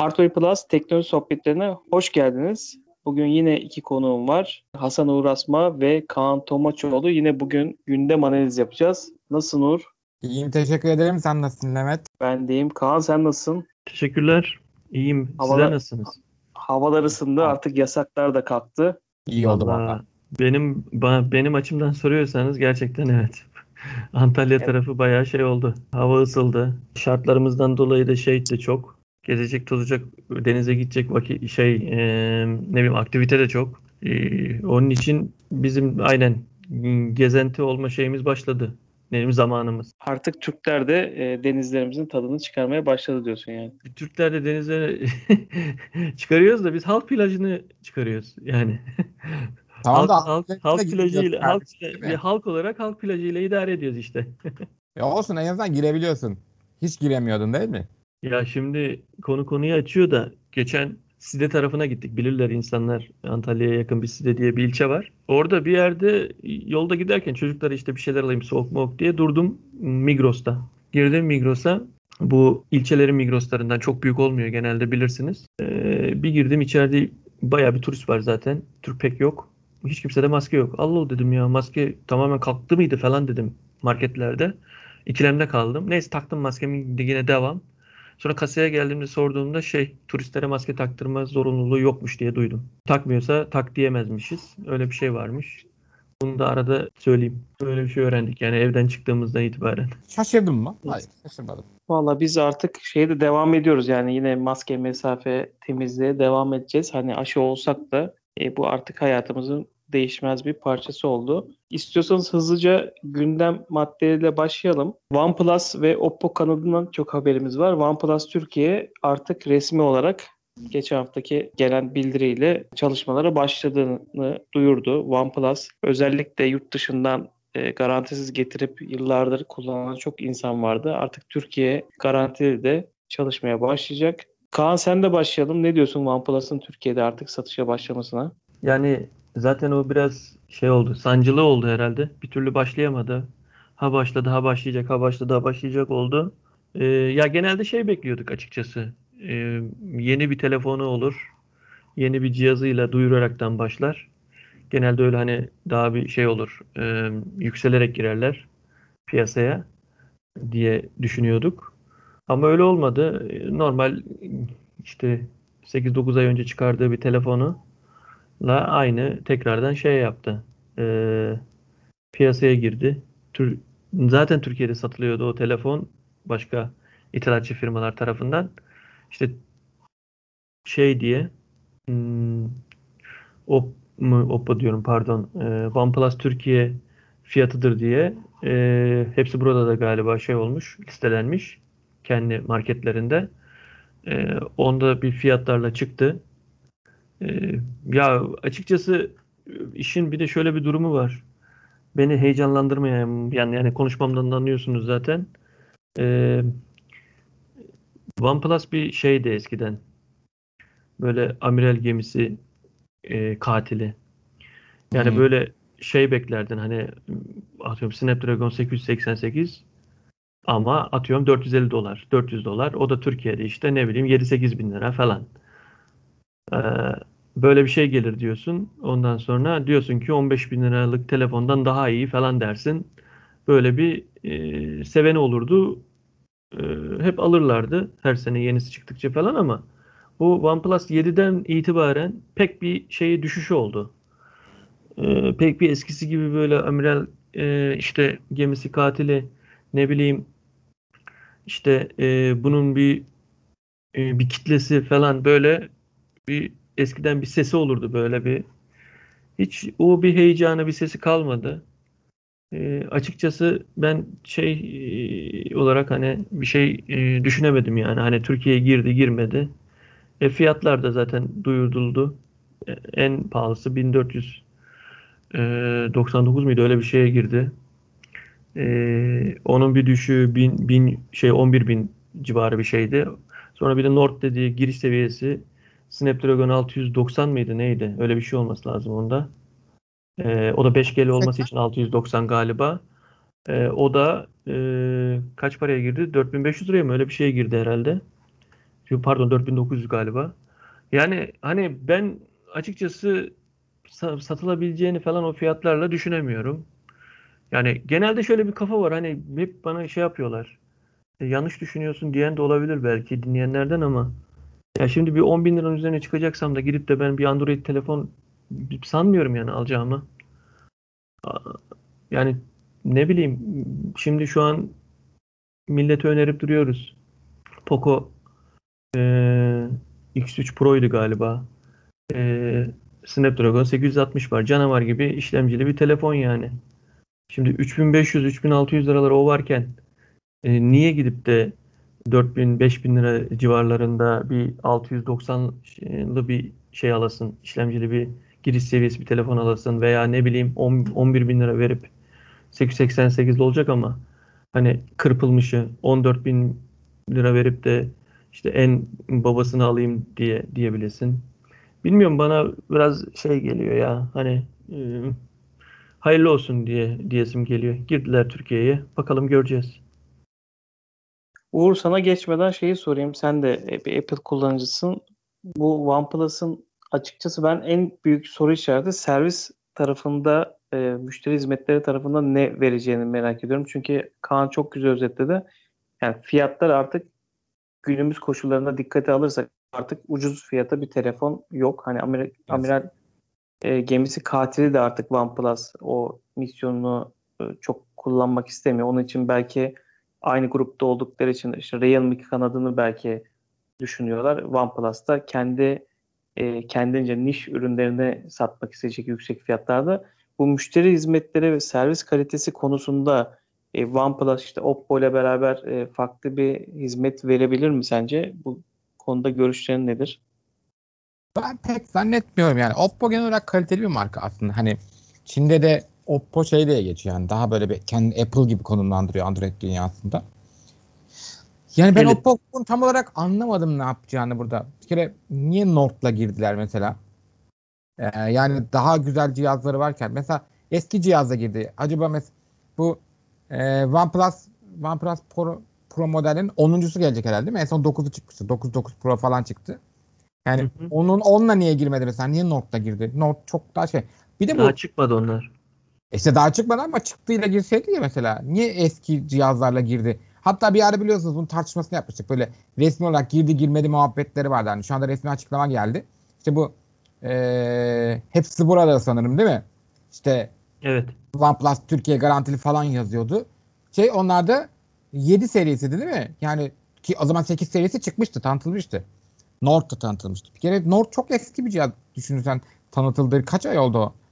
Hardware Plus teknoloji sohbetlerine hoş geldiniz. Bugün yine iki konuğum var. Hasan Uğur Asma ve Kaan Tomaçoğlu. Yine bugün gündem analiz yapacağız. Nasılsın Uğur? İyiyim, teşekkür ederim. Sen nasılsın Mehmet? Ben deyim. Kaan sen nasılsın? Teşekkürler. İyiyim. Sizler Havalar, nasılsınız? havalar ısındı. Aa, Artık yasaklar da kalktı. İyi oldu valla. Valla benim açımdan soruyorsanız gerçekten evet. Antalya Evet. tarafı bayağı şey oldu. Hava ısıldı. Şartlarımızdan dolayı da şey de çok. Gezecek, tozacak, denize gidecek vakit ne bileyim aktivite de çok. Onun için bizim aynen gezenti olma şeyimiz başladı. Benim zamanımız. Artık Türkler de denizlerimizin tadını çıkarmaya başladı diyorsun yani. Türkler de denize çıkarıyoruz da biz halk plajını çıkarıyoruz yani. Tamam da Halk girebiliyorsun plajıyla kardeşim, değil bir mi? halk olarak halk plajıyla idare ediyoruz işte. Olsun, en azından girebiliyorsun. Hiç giremiyordun değil mi? Ya şimdi konuyu açıyor da geçen Side tarafına gittik. Bilirler insanlar, Antalya'ya yakın bir Side diye bir ilçe var. Orada bir yerde yolda giderken çocuklara işte bir şeyler alayım soğuk moğuk diye durdum Migros'ta. Girdim Migros'a. Bu ilçelerin Migros'larından çok büyük olmuyor genelde bilirsiniz. Bir girdim içeride bayağı bir turist var zaten. Türk pek yok. Hiç kimsede maske yok. Allah Allah dedim ya, maske tamamen kalktı mıydı falan dedim marketlerde. İkilemde kaldım. Neyse taktım maskemi, yine devam. Sonra kasaya geldiğimde sorduğumda turistlere maske taktırma zorunluluğu yokmuş diye duydum. Takmıyorsa tak diyemezmişiz. Öyle bir şey varmış. Bunu da arada söyleyeyim. Böyle bir şey öğrendik yani evden çıktığımızdan itibaren. Şaşırdın mı? Hayır, şaşırmadım. Valla biz artık şeyde devam ediyoruz yani yine maske, mesafe, temizliğe devam edeceğiz. Hani aşı olsak da bu artık hayatımızın değişmez bir parçası oldu. İstiyorsanız hızlıca gündem maddeleriyle başlayalım. OnePlus ve Oppo kanadından çok haberimiz var. OnePlus Türkiye artık resmi olarak geçen haftaki gelen bildiriyle çalışmalara başladığını duyurdu. OnePlus özellikle yurt dışından garantisiz getirip yıllardır kullanan çok insan vardı. Artık Türkiye garantili de çalışmaya başlayacak. Kaan sen de başlayalım. Ne diyorsun OnePlus'ın Türkiye'de artık satışa başlamasına? Yani zaten o biraz şey oldu. Sancılı oldu herhalde. Bir türlü başlayamadı. Ha başladı, ha başlayacak, ha başladı, ha başlayacak oldu. Ya genelde şey bekliyorduk açıkçası. Yeni bir telefonu olur. Yeni bir cihazıyla duyuraraktan başlar. Genelde öyle hani daha bir şey olur. Yükselerek girerler piyasaya diye düşünüyorduk. Ama öyle olmadı. Normal işte 8-9 ay önce çıkardığı bir telefonu aynı tekrardan şey yaptı. Piyasaya girdi. Zaten Türkiye'de satılıyordu o telefon başka ithalatçı firmalar tarafından. İşte şey diye hmm, Oppo diyorum pardon. OnePlus Türkiye fiyatıdır diye hepsi burada da galiba şey olmuş, listelenmiş kendi marketlerinde. Onda bir fiyatlarla çıktı. Ya açıkçası işin bir de şöyle bir durumu var. Beni heyecanlandırmayan yani konuşmamdan da anlıyorsunuz zaten. Ee, OnePlus bir şeydi eskiden. Böyle amiral gemisi katili. Yani Hmm. böyle şey beklerdin hani atıyorum Snapdragon 888 ama atıyorum 450 dolar, 400 dolar. O da Türkiye'de işte ne bileyim 7-8 bin lira falan. Ee, Böyle bir şey gelir diyorsun. Ondan sonra diyorsun ki 15 bin liralık telefondan daha iyi falan dersin. Böyle bir seveni olurdu. E, Hep alırlardı her sene yenisi çıktıkça falan ama bu OnePlus 7'den itibaren pek bir şeyi düşüş oldu. Pek bir eskisi gibi böyle amiral işte gemisi katili ne bileyim işte bunun bir kitlesi falan böyle bir eskiden bir sesi olurdu böyle bir. Hiç o bir heyecanı, bir sesi kalmadı. Açıkçası ben olarak hani bir şey düşünemedim yani. Hani Türkiye'ye girdi, girmedi. Fiyatlar da zaten duyuruldu. En pahalısı 1499 muydu? Öyle bir şeye girdi. Onun bir düşüğü 11 bin civarı bir şeydi. Sonra bir de Nord dediği giriş seviyesi Snapdragon 690 mıydı neydi? Öyle bir şey olması lazım onda. O da 5G'li olması için 690 galiba. O da kaç paraya girdi? 4500 liraya mı? Öyle bir şeye girdi herhalde. Pardon 4900 galiba. Yani hani ben açıkçası satılabileceğini falan o fiyatlarla düşünemiyorum. Yani genelde şöyle bir kafa var. Hani hep bana şey yapıyorlar. Yanlış düşünüyorsun diyen de olabilir belki dinleyenlerden ama ya şimdi bir 10 bin liranın üzerine çıkacaksam da gidip de ben bir Android telefon sanmıyorum yani alacağımı. Yani ne bileyim şimdi şu an millete önerip duruyoruz. Poco X3 Pro'ydu galiba. Snapdragon 860 var. Canavar gibi işlemcili bir telefon yani. Şimdi 3500-3600 liraları o varken niye gidip de 4000-5000 lira civarlarında bir 690'lı bir şey alasın, işlemcili bir giriş seviyesi bir telefon alasın veya ne bileyim 11 bin lira verip 888'li olacak ama hani kırpılmışı 14 bin lira verip de işte en babasını alayım diyebilirsin. Bilmiyorum bana biraz şey geliyor ya hani hayırlı olsun diyesim geliyor. Girdiler Türkiye'ye. Bakalım göreceğiz. Uğur, sana geçmeden şeyi sorayım. Sen de bir Apple kullanıcısın. Bu OnePlus'ın açıkçası ben en büyük soru işareti servis tarafında, müşteri hizmetleri tarafında ne vereceğini merak ediyorum. Çünkü Kaan çok güzel özetledi. Yani fiyatlar artık günümüz koşullarında dikkate alırsak artık ucuz fiyata bir telefon yok. Hani Evet. amiral gemisi katili de artık OnePlus o misyonunu çok kullanmak istemiyor. Onun için belki aynı grupta oldukları için işte Realme kanadını belki düşünüyorlar. OnePlus da kendince niş ürünlerini satmak isteyecek yüksek fiyatlarda. Bu müşteri hizmetleri ve servis kalitesi konusunda OnePlus işte Oppo ile beraber farklı bir hizmet verebilir mi sence? Bu konuda görüşlerin nedir? Ben pek zannetmiyorum yani. Oppo genel olarak kaliteli bir marka aslında. Hani Çin'de de Oppo şey diye geçiyor yani. Daha böyle bir kendi Apple gibi konumlandırıyor Android dünyasında. Yani ben Elit. Oppo'nun tam olarak anlamadım ne yapacağını burada. Bir kere niye Note'la girdiler mesela? Yani daha güzel cihazları varken mesela eski cihazla girdi. Acaba bu OnePlus Pro modelin 10'uncusu gelecek herhalde değil mi? En son 9'u çıkmıştı. 9 Pro falan çıktı. Hı Yani hı. onunla niye girmedi mesela? Niye Note'la girdi? Note çok daha şey. Bir de Daha bu çıkmadı onlar. işte daha çıkmadı ama çıktığıyla girseydi ya mesela. Niye eski cihazlarla girdi? Hatta bir ara biliyorsunuz bunun tartışmasını yapmıştık. Böyle resmi olarak girdi girmedi muhabbetleri vardı. Hani şu anda resmi açıklama geldi. İşte bu hepsi burada sanırım değil mi? İşte Evet. OnePlus Türkiye garantili falan yazıyordu. Onlarda 7 serisiydi değil mi? Yani ki o zaman 8 serisi çıkmıştı, tanıtılmıştı. Nord da tanıtılmıştı. Bir kere Nord çok eski bir cihaz düşünürsen tanıtıldı. Kaç ay oldu o?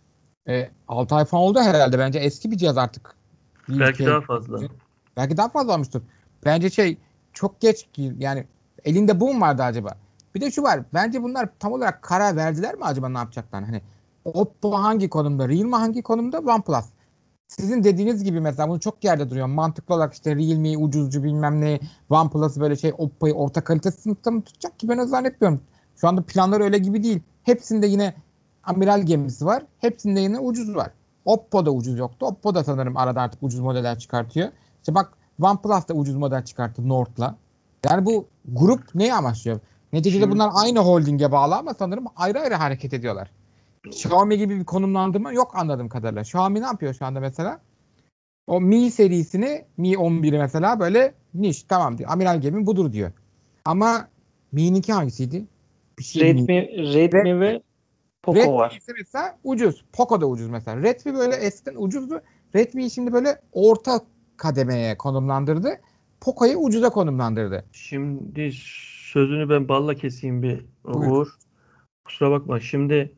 6 ay falan oldu herhalde. Bence eski bir cihaz artık bir Belki ülkeye. daha fazla. Belki daha fazla olmuştur. Bence çok geç yani elinde bu mu vardı acaba? Bir de şu var. Bence bunlar tam olarak karar verdiler mi acaba ne yapacaklar? Hani Oppo hangi konumda? Realme hangi konumda? OnePlus. Sizin dediğiniz gibi mesela bunu çok yerde duruyor. Mantıklı olarak işte Realme'yi ucuzcu bilmem ne, OnePlus böyle Oppo'yu orta kalite sınıfta mı tutacak ki ben öyle zannetmiyorum. Şu anda planlar öyle gibi değil. Hepsinde yine amiral gemisi var. Hepsinde yine ucuz var. Oppo'da ucuz yoktu. Oppo da sanırım arada artık ucuz modeller çıkartıyor. İşte bak OnePlus da ucuz model çıkarttı Nord'la. Yani bu grup neyi amaçlıyor? Neticede Şimdi bunlar aynı holdinge bağlı ama sanırım ayrı ayrı hareket ediyorlar. Xiaomi gibi bir konumlandırma yok anladığım kadarıyla. Xiaomi ne yapıyor şu anda mesela? O Mi serisini Mi 11'i mesela böyle niş tamam diyor. Amiral gemi budur diyor. Ama Mi'ninki hangisiydi? Bir şey Mi. Redmi ve Poco Redmi var. ise mesela ucuz. Poco da ucuz mesela. Redmi böyle eskiden ucuzdu. Redmi'yi şimdi böyle orta kademeye konumlandırdı. Poco'yu ucuza konumlandırdı. şimdi sözünü ben balla keseyim bir Buyur. Uğur. Kusura bakma. Şimdi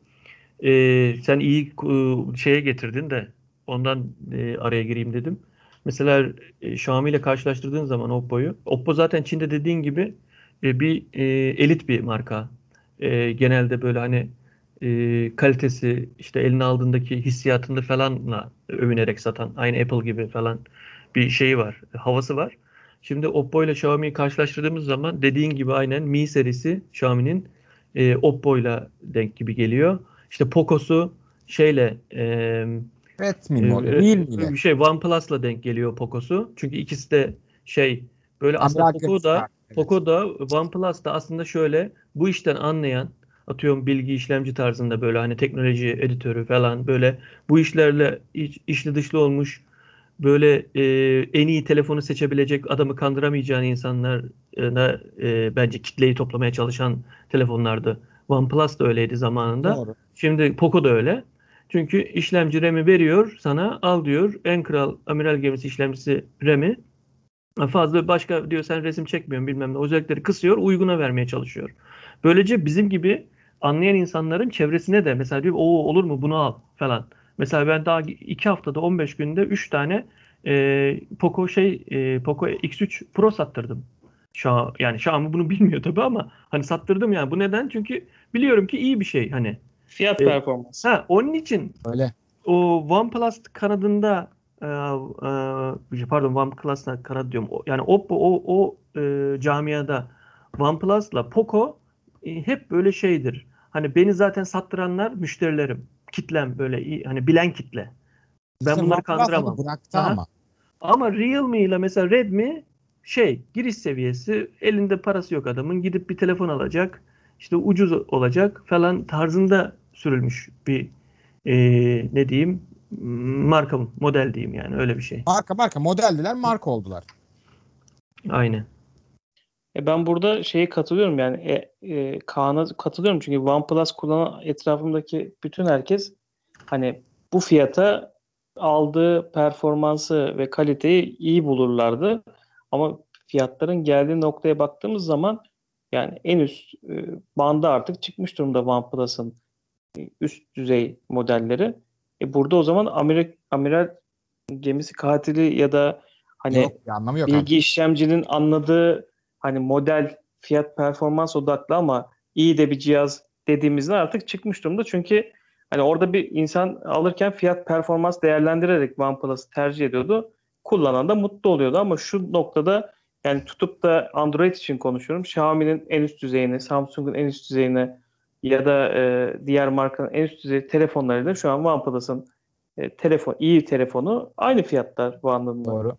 sen iyi şeye getirdin de ondan araya gireyim dedim. Mesela Xiaomi ile karşılaştırdığın zaman Oppo'yu. Oppo zaten Çin'de dediğin gibi bir elit bir marka. Genelde böyle hani kalitesi işte eline aldığındaki hissiyatını falanla övünerek satan aynı Apple gibi falan bir şeyi var. Havası var. Şimdi Oppo ile Xiaomi'yi karşılaştırdığımız zaman dediğin gibi aynen Mi serisi Xiaomi'nin Oppo ile denk gibi geliyor. İşte Poco'su şeyle Redmi mi oluyor? Realme ile. OnePlus'la denk geliyor Poco'su. Çünkü ikisi de şey böyle aslında Amiral Poco gemisi da var. Poco'da, OnePlus'ta aslında şöyle bu işten anlayan atıyorum bilgi işlemci tarzında böyle hani teknoloji editörü falan böyle bu işlerle içli dışlı olmuş böyle en iyi telefonu seçebilecek adamı kandıramayacağın insanlarına bence kitleyi toplamaya çalışan telefonlardı. OnePlus da öyleydi zamanında. Doğru. Şimdi Poco da öyle. Çünkü işlemci RAM'i veriyor sana al diyor en kral amiral gemisi işlemcisi RAM'i fazla başka diyor sen resim çekmiyorsun bilmem ne özellikleri kısıyor uyguna vermeye çalışıyor. Böylece bizim gibi anlayan insanların çevresine de mesela diyor o olur mu bunu al falan. Mesela ben daha 2 haftada 15 günde 3 tane Poco X3 Pro sattırdım. Yani Xiaomi bunu bilmiyor tabii ama hani sattırdım yani. Bu neden? Çünkü biliyorum ki iyi bir şey hani. Fiyat E, performans. Onun için Öyle. o OnePlus kanadında pardon OnePlus kanadı diyorum. Yani Oppo camiada OnePlus'la Poco hep böyle şeydir. Hani beni zaten sattıranlar müşterilerim. Kitlem böyle hani bilen kitle. Ben İşte bunları OnePlus onu kandıramam. bıraktı Aha. ama. Ama Realme ile mesela Redmi giriş seviyesi elinde parası yok adamın gidip bir telefon alacak işte ucuz olacak falan tarzında sürülmüş bir ne diyeyim marka model diyeyim yani öyle bir şey. Marka modeldiler, marka oldular. Aynen. Ben burada şeye katılıyorum yani Kaan'a katılıyorum çünkü OnePlus kullanan etrafımdaki bütün herkes hani bu fiyata aldığı performansı ve kaliteyi iyi bulurlardı. Ama fiyatların geldiği noktaya baktığımız zaman yani en üst banda artık çıkmış durumda OnePlus'ın üst düzey modelleri. Burada o zaman amiral gemisi katili ya da hani Yok, bir anlamı yok bilgi artık. işlemcinin anladığı hani model fiyat performans odaklı ama iyi de bir cihaz dediğimizde artık çıkmış durumda. Çünkü hani orada bir insan alırken fiyat performans değerlendirerek OnePlus'ı tercih ediyordu. Kullanan da mutlu oluyordu ama şu noktada yani tutup da Android için konuşuyorum. Xiaomi'nin en üst düzeyini, Samsung'un en üst düzeyini ya da diğer markanın en üst düzey telefonlarıyla şu an OnePlus'ın iyi telefonu aynı fiyatlar bu anlamda. Doğru.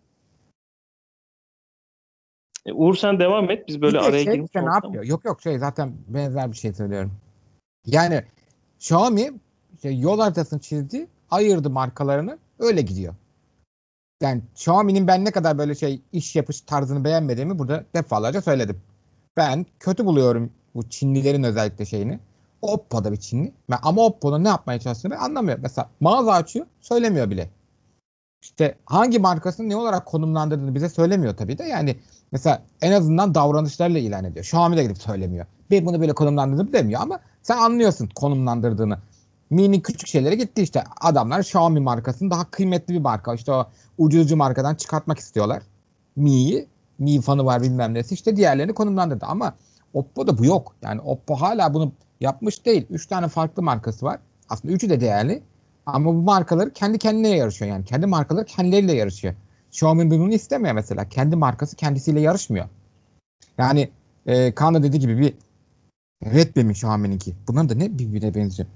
Uğur sen devam et. Biz Bir böyle de araya şey girmiş işte ne olduk ama. yapıyor? Yok zaten benzer bir şey söylüyorum. Yani Xiaomi işte yol haritasını çizdi, ayırdı markalarını, öyle gidiyor. Yani Xiaomi'nin ben ne kadar böyle iş yapış tarzını beğenmediğimi burada defalarca söyledim. Ben kötü buluyorum bu Çinlilerin özellikle şeyini. Oppo da bir Çinli. Ama Oppo'nun ne yapmaya çalıştığını ben anlamıyorum. Mesela mağaza açıyor, söylemiyor bile. İşte hangi markasını ne olarak konumlandırdığını bize söylemiyor tabii de. Yani mesela en azından davranışlarıyla ilan ediyor. Xiaomi de gidip söylemiyor. Ben bunu böyle konumlandırdım demiyor ama sen anlıyorsun konumlandırdığını. Mini küçük şeylere gitti işte. Adamlar Xiaomi markasını daha kıymetli bir marka. İşte o ucuzcu markadan çıkartmak istiyorlar. Mi'yi. Mi fanı var bilmem nesi. İşte diğerlerini konumlandırdı. Ama Oppo'da bu yok. Yani Oppo hala bunu yapmış değil. 3 tane farklı markası var. Aslında üçü de değerli. Ama bu markaları kendi kendine yarışıyor yani. Kendi markaları kendileriyle yarışıyor. Xiaomi bunu istemiyor mesela. Kendi markası kendisiyle yarışmıyor. Yani Kaan da dediği gibi bir Redmi mi Xiaomi'ninki? Bunların da ne birbirine benziyor.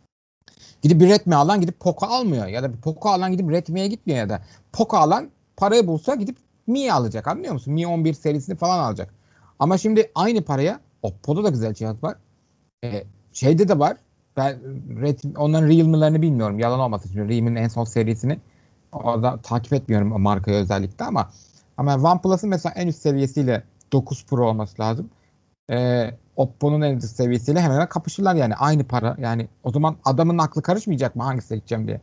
Gidip bir Redmi alan gidip Poco almıyor. Ya da bir Poco alan gidip Redmi'ye gitmiyor ya da. Poco alan parayı bulsa gidip Mi alacak, anlıyor musun? Mi 11 serisini falan alacak. Ama şimdi aynı paraya Oppo'da da güzel cihaz var. Şeyde de var. Ben onların Realme'lerini bilmiyorum. Yalan olmasın. Şimdi Realme'nin en son serisini orada takip etmiyorum o markayı özellikle ama OnePlus'ın mesela en üst seviyesiyle 9 Pro olması lazım. Oppo'nun en üst seviyesiyle hemen hemen kapışırlar yani. Aynı para. Yani o zaman adamın aklı karışmayacak mı hangisine gideceğim diye.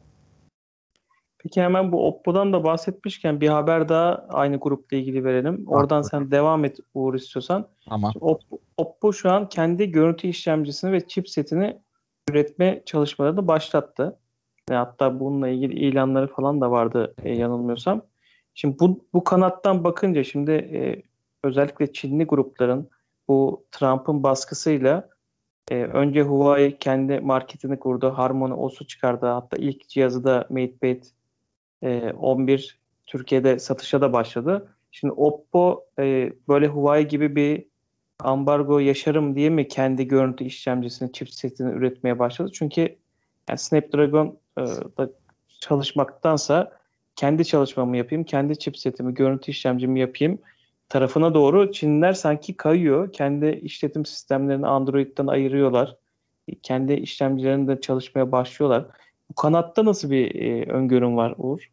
Peki hemen bu Oppo'dan da bahsetmişken bir haber daha aynı grupla ilgili verelim. Oradan Haklı. sen devam et Uğur istiyorsan. Ama Şimdi Oppo şu an kendi görüntü işlemcisini ve chipsetini üretme çalışmalarını başlattı. Hatta bununla ilgili ilanları falan da vardı yanılmıyorsam. Şimdi bu kanattan bakınca şimdi özellikle Çinli grupların bu Trump'ın baskısıyla önce Huawei kendi marketini kurdu. Harmony OS'u çıkardı. Hatta ilk cihazı da MatePad 11 Türkiye'de satışa da başladı. Şimdi Oppo böyle Huawei gibi bir ambargo yaşarım diye mi kendi görüntü işlemcisini, chipsetini üretmeye başladı? Çünkü yani Snapdragon da çalışmaktansa kendi çalışmamı yapayım, kendi chipsetimi, görüntü işlemcimi yapayım. tarafına doğru Çinliler sanki kayıyor. Kendi işletim sistemlerini Android'den ayırıyorlar. Kendi işlemcilerinde çalışmaya başlıyorlar. Bu kanatta nasıl bir öngörün var Uğur?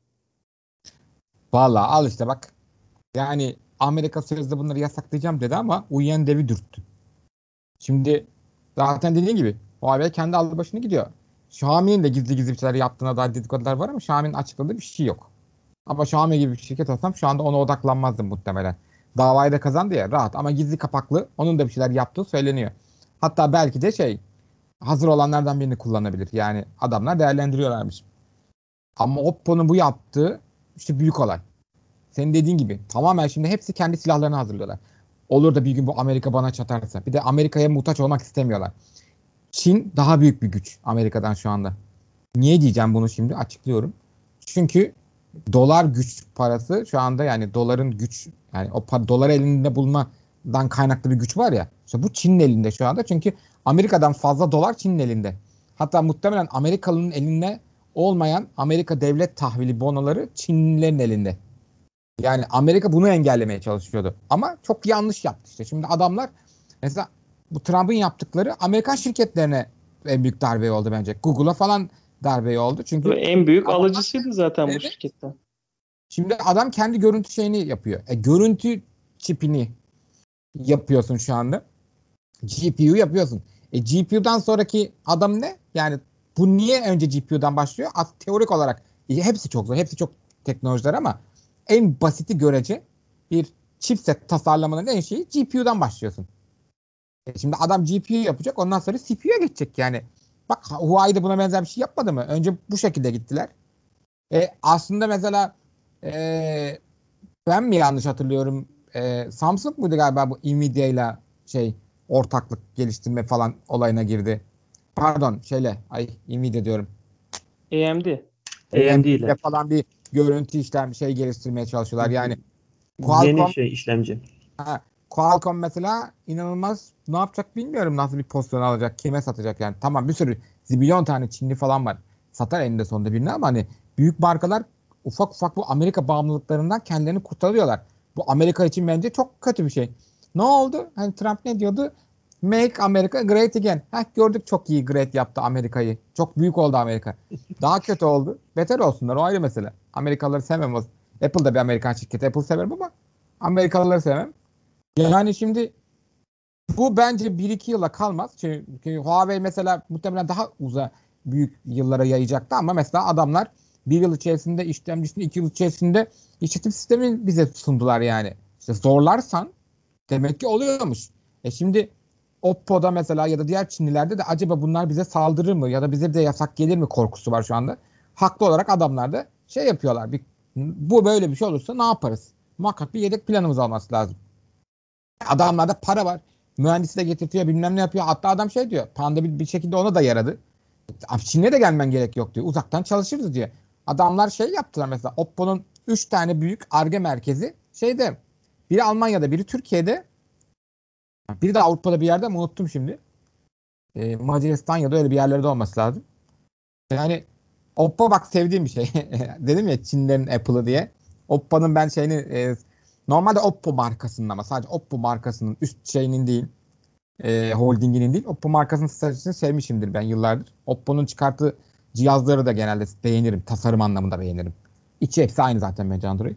Vallahi al işte bak. Yani Amerika sözde bunları yasaklayacağım dedi ama uyuyan devi dürttü. Şimdi zaten dediğin gibi Huawei kendi aldı başını gidiyor. Xiaomi'nin de gizli gizli bir şeyler yaptığına dair dedikodular var ama Xiaomi'nin açıkladığı bir şey yok. Ama Xiaomi gibi bir şirket olsam şu anda ona odaklanmazdım muhtemelen. Davayı da kazandı ya rahat ama gizli kapaklı onun da bir şeyler yaptığı söyleniyor. Hatta belki de hazır olanlardan birini kullanabilir. Yani adamlar değerlendiriyorlarmış. Ama Oppo'nun bu yaptığı işte büyük olay. Senin dediğin gibi tamamen şimdi hepsi kendi silahlarını hazırlıyorlar. Olur da bir gün bu Amerika bana çatarsa. Bir de Amerika'ya muhtaç olmak istemiyorlar. Çin daha büyük bir güç Amerika'dan şu anda. Niye diyeceğim bunu şimdi açıklıyorum. Çünkü dolar güç parası şu anda yani doların güç yani dolar elinde bulmadan kaynaklı bir güç var ya. İşte bu Çin'in elinde şu anda. Çünkü Amerika'dan fazla dolar Çin'in elinde. Hatta muhtemelen Amerikalı'nın elinde olmayan Amerika devlet tahvili bonoları Çinlilerin elinde. Yani Amerika bunu engellemeye çalışıyordu. Ama çok yanlış yaptı işte. Şimdi adamlar mesela bu Trump'ın yaptıkları Amerikan şirketlerine en büyük darbe oldu bence. Google'a falan darbe oldu. Ve Çünkü en büyük adamlar alıcısıydı zaten bu evet, şirketten. şimdi adam kendi görüntü şeyini yapıyor. Görüntü çipini yapıyorsun şu anda. GPU yapıyorsun. GPU'dan sonraki adam ne? Yani bu niye önce GPU'dan başlıyor? Teorik olarak hepsi çok zor. Hepsi çok teknolojiler ama en basiti görece bir chipset tasarlamanın en şeyi GPU'dan başlıyorsun. Şimdi adam GPU yapacak ondan sonra CPU'ya geçecek yani. Bak Huawei de buna benzer bir şey yapmadı mı? Önce bu şekilde gittiler. Aslında mesela e, ben mi yanlış hatırlıyorum? Samsung muydu galiba bu Nvidia ile ortaklık geliştirme falan olayına girdi. Pardon Nvidia diyorum. AMD. AMD AMD ile ile falan bir görüntü işlem geliştirmeye çalışıyorlar. Yani yeni Qualcomm işlemci. Qualcomm mesela inanılmaz ne yapacak bilmiyorum. Nasıl bir pozisyon alacak, kime satacak yani. Tamam bir sürü zibilyon tane Çinli falan var. Satar eninde sonunda birine ama hani büyük markalar ufak ufak bu Amerika bağımlılıklarından kendilerini kurtarıyorlar. Bu Amerika için bence çok kötü bir şey. Ne oldu? Hani Trump ne diyordu? Make America Great Again. Gördük çok iyi great yaptı Amerika'yı. Çok büyük oldu Amerika. Daha kötü oldu. Beter olsunlar o ayrı mesele. Amerikalıları sevmem. Apple da bir Amerikan şirketi. Apple severim ama Amerikalıları sevmem. Yani şimdi bu bence bir iki yıla kalmaz. Çünkü Huawei mesela muhtemelen daha büyük yıllara yayacaktı ama mesela adamlar bir yıl içerisinde işlemcisini 2 yıl içerisinde işletim sistemi bize sundular yani. İşte zorlarsan demek ki oluyormuş. Şimdi Oppo'da mesela ya da diğer Çinlilerde de acaba bunlar bize saldırır mı ya da bize de yasak gelir mi korkusu var şu anda. Haklı olarak adamlar da yapıyorlar. Bu böyle bir şey olursa ne yaparız? Muhakkak bir yedek planımız olması lazım. Adamlarda para var. Mühendisi de getirtiyor bilmem ne yapıyor. Hatta adam diyor. Panda bir şekilde ona da yaradı. Çin'e de gelmen gerek yok diyor. Uzaktan çalışırız diyor. Adamlar yaptılar mesela. Oppo'nun 3 tane büyük Ar-Ge merkezi biri Almanya'da biri Türkiye'de biri de Avrupa'da bir yerde ama unuttum şimdi. Macaristan ya da öyle bir yerlerde olması lazım. Yani Oppo bak sevdiğim bir şey. Dedim ya Çinlerin Apple'ı diye. Oppo'nun ben normalde Oppo markasının ama sadece Oppo markasının üst değil. Holdinginin değil. Oppo markasının stratejisini sevmişimdir ben yıllardır. Oppo'nun çıkarttığı cihazları da genelde beğenirim. Tasarım anlamında beğenirim. İçi hepsi aynı zaten bence Android.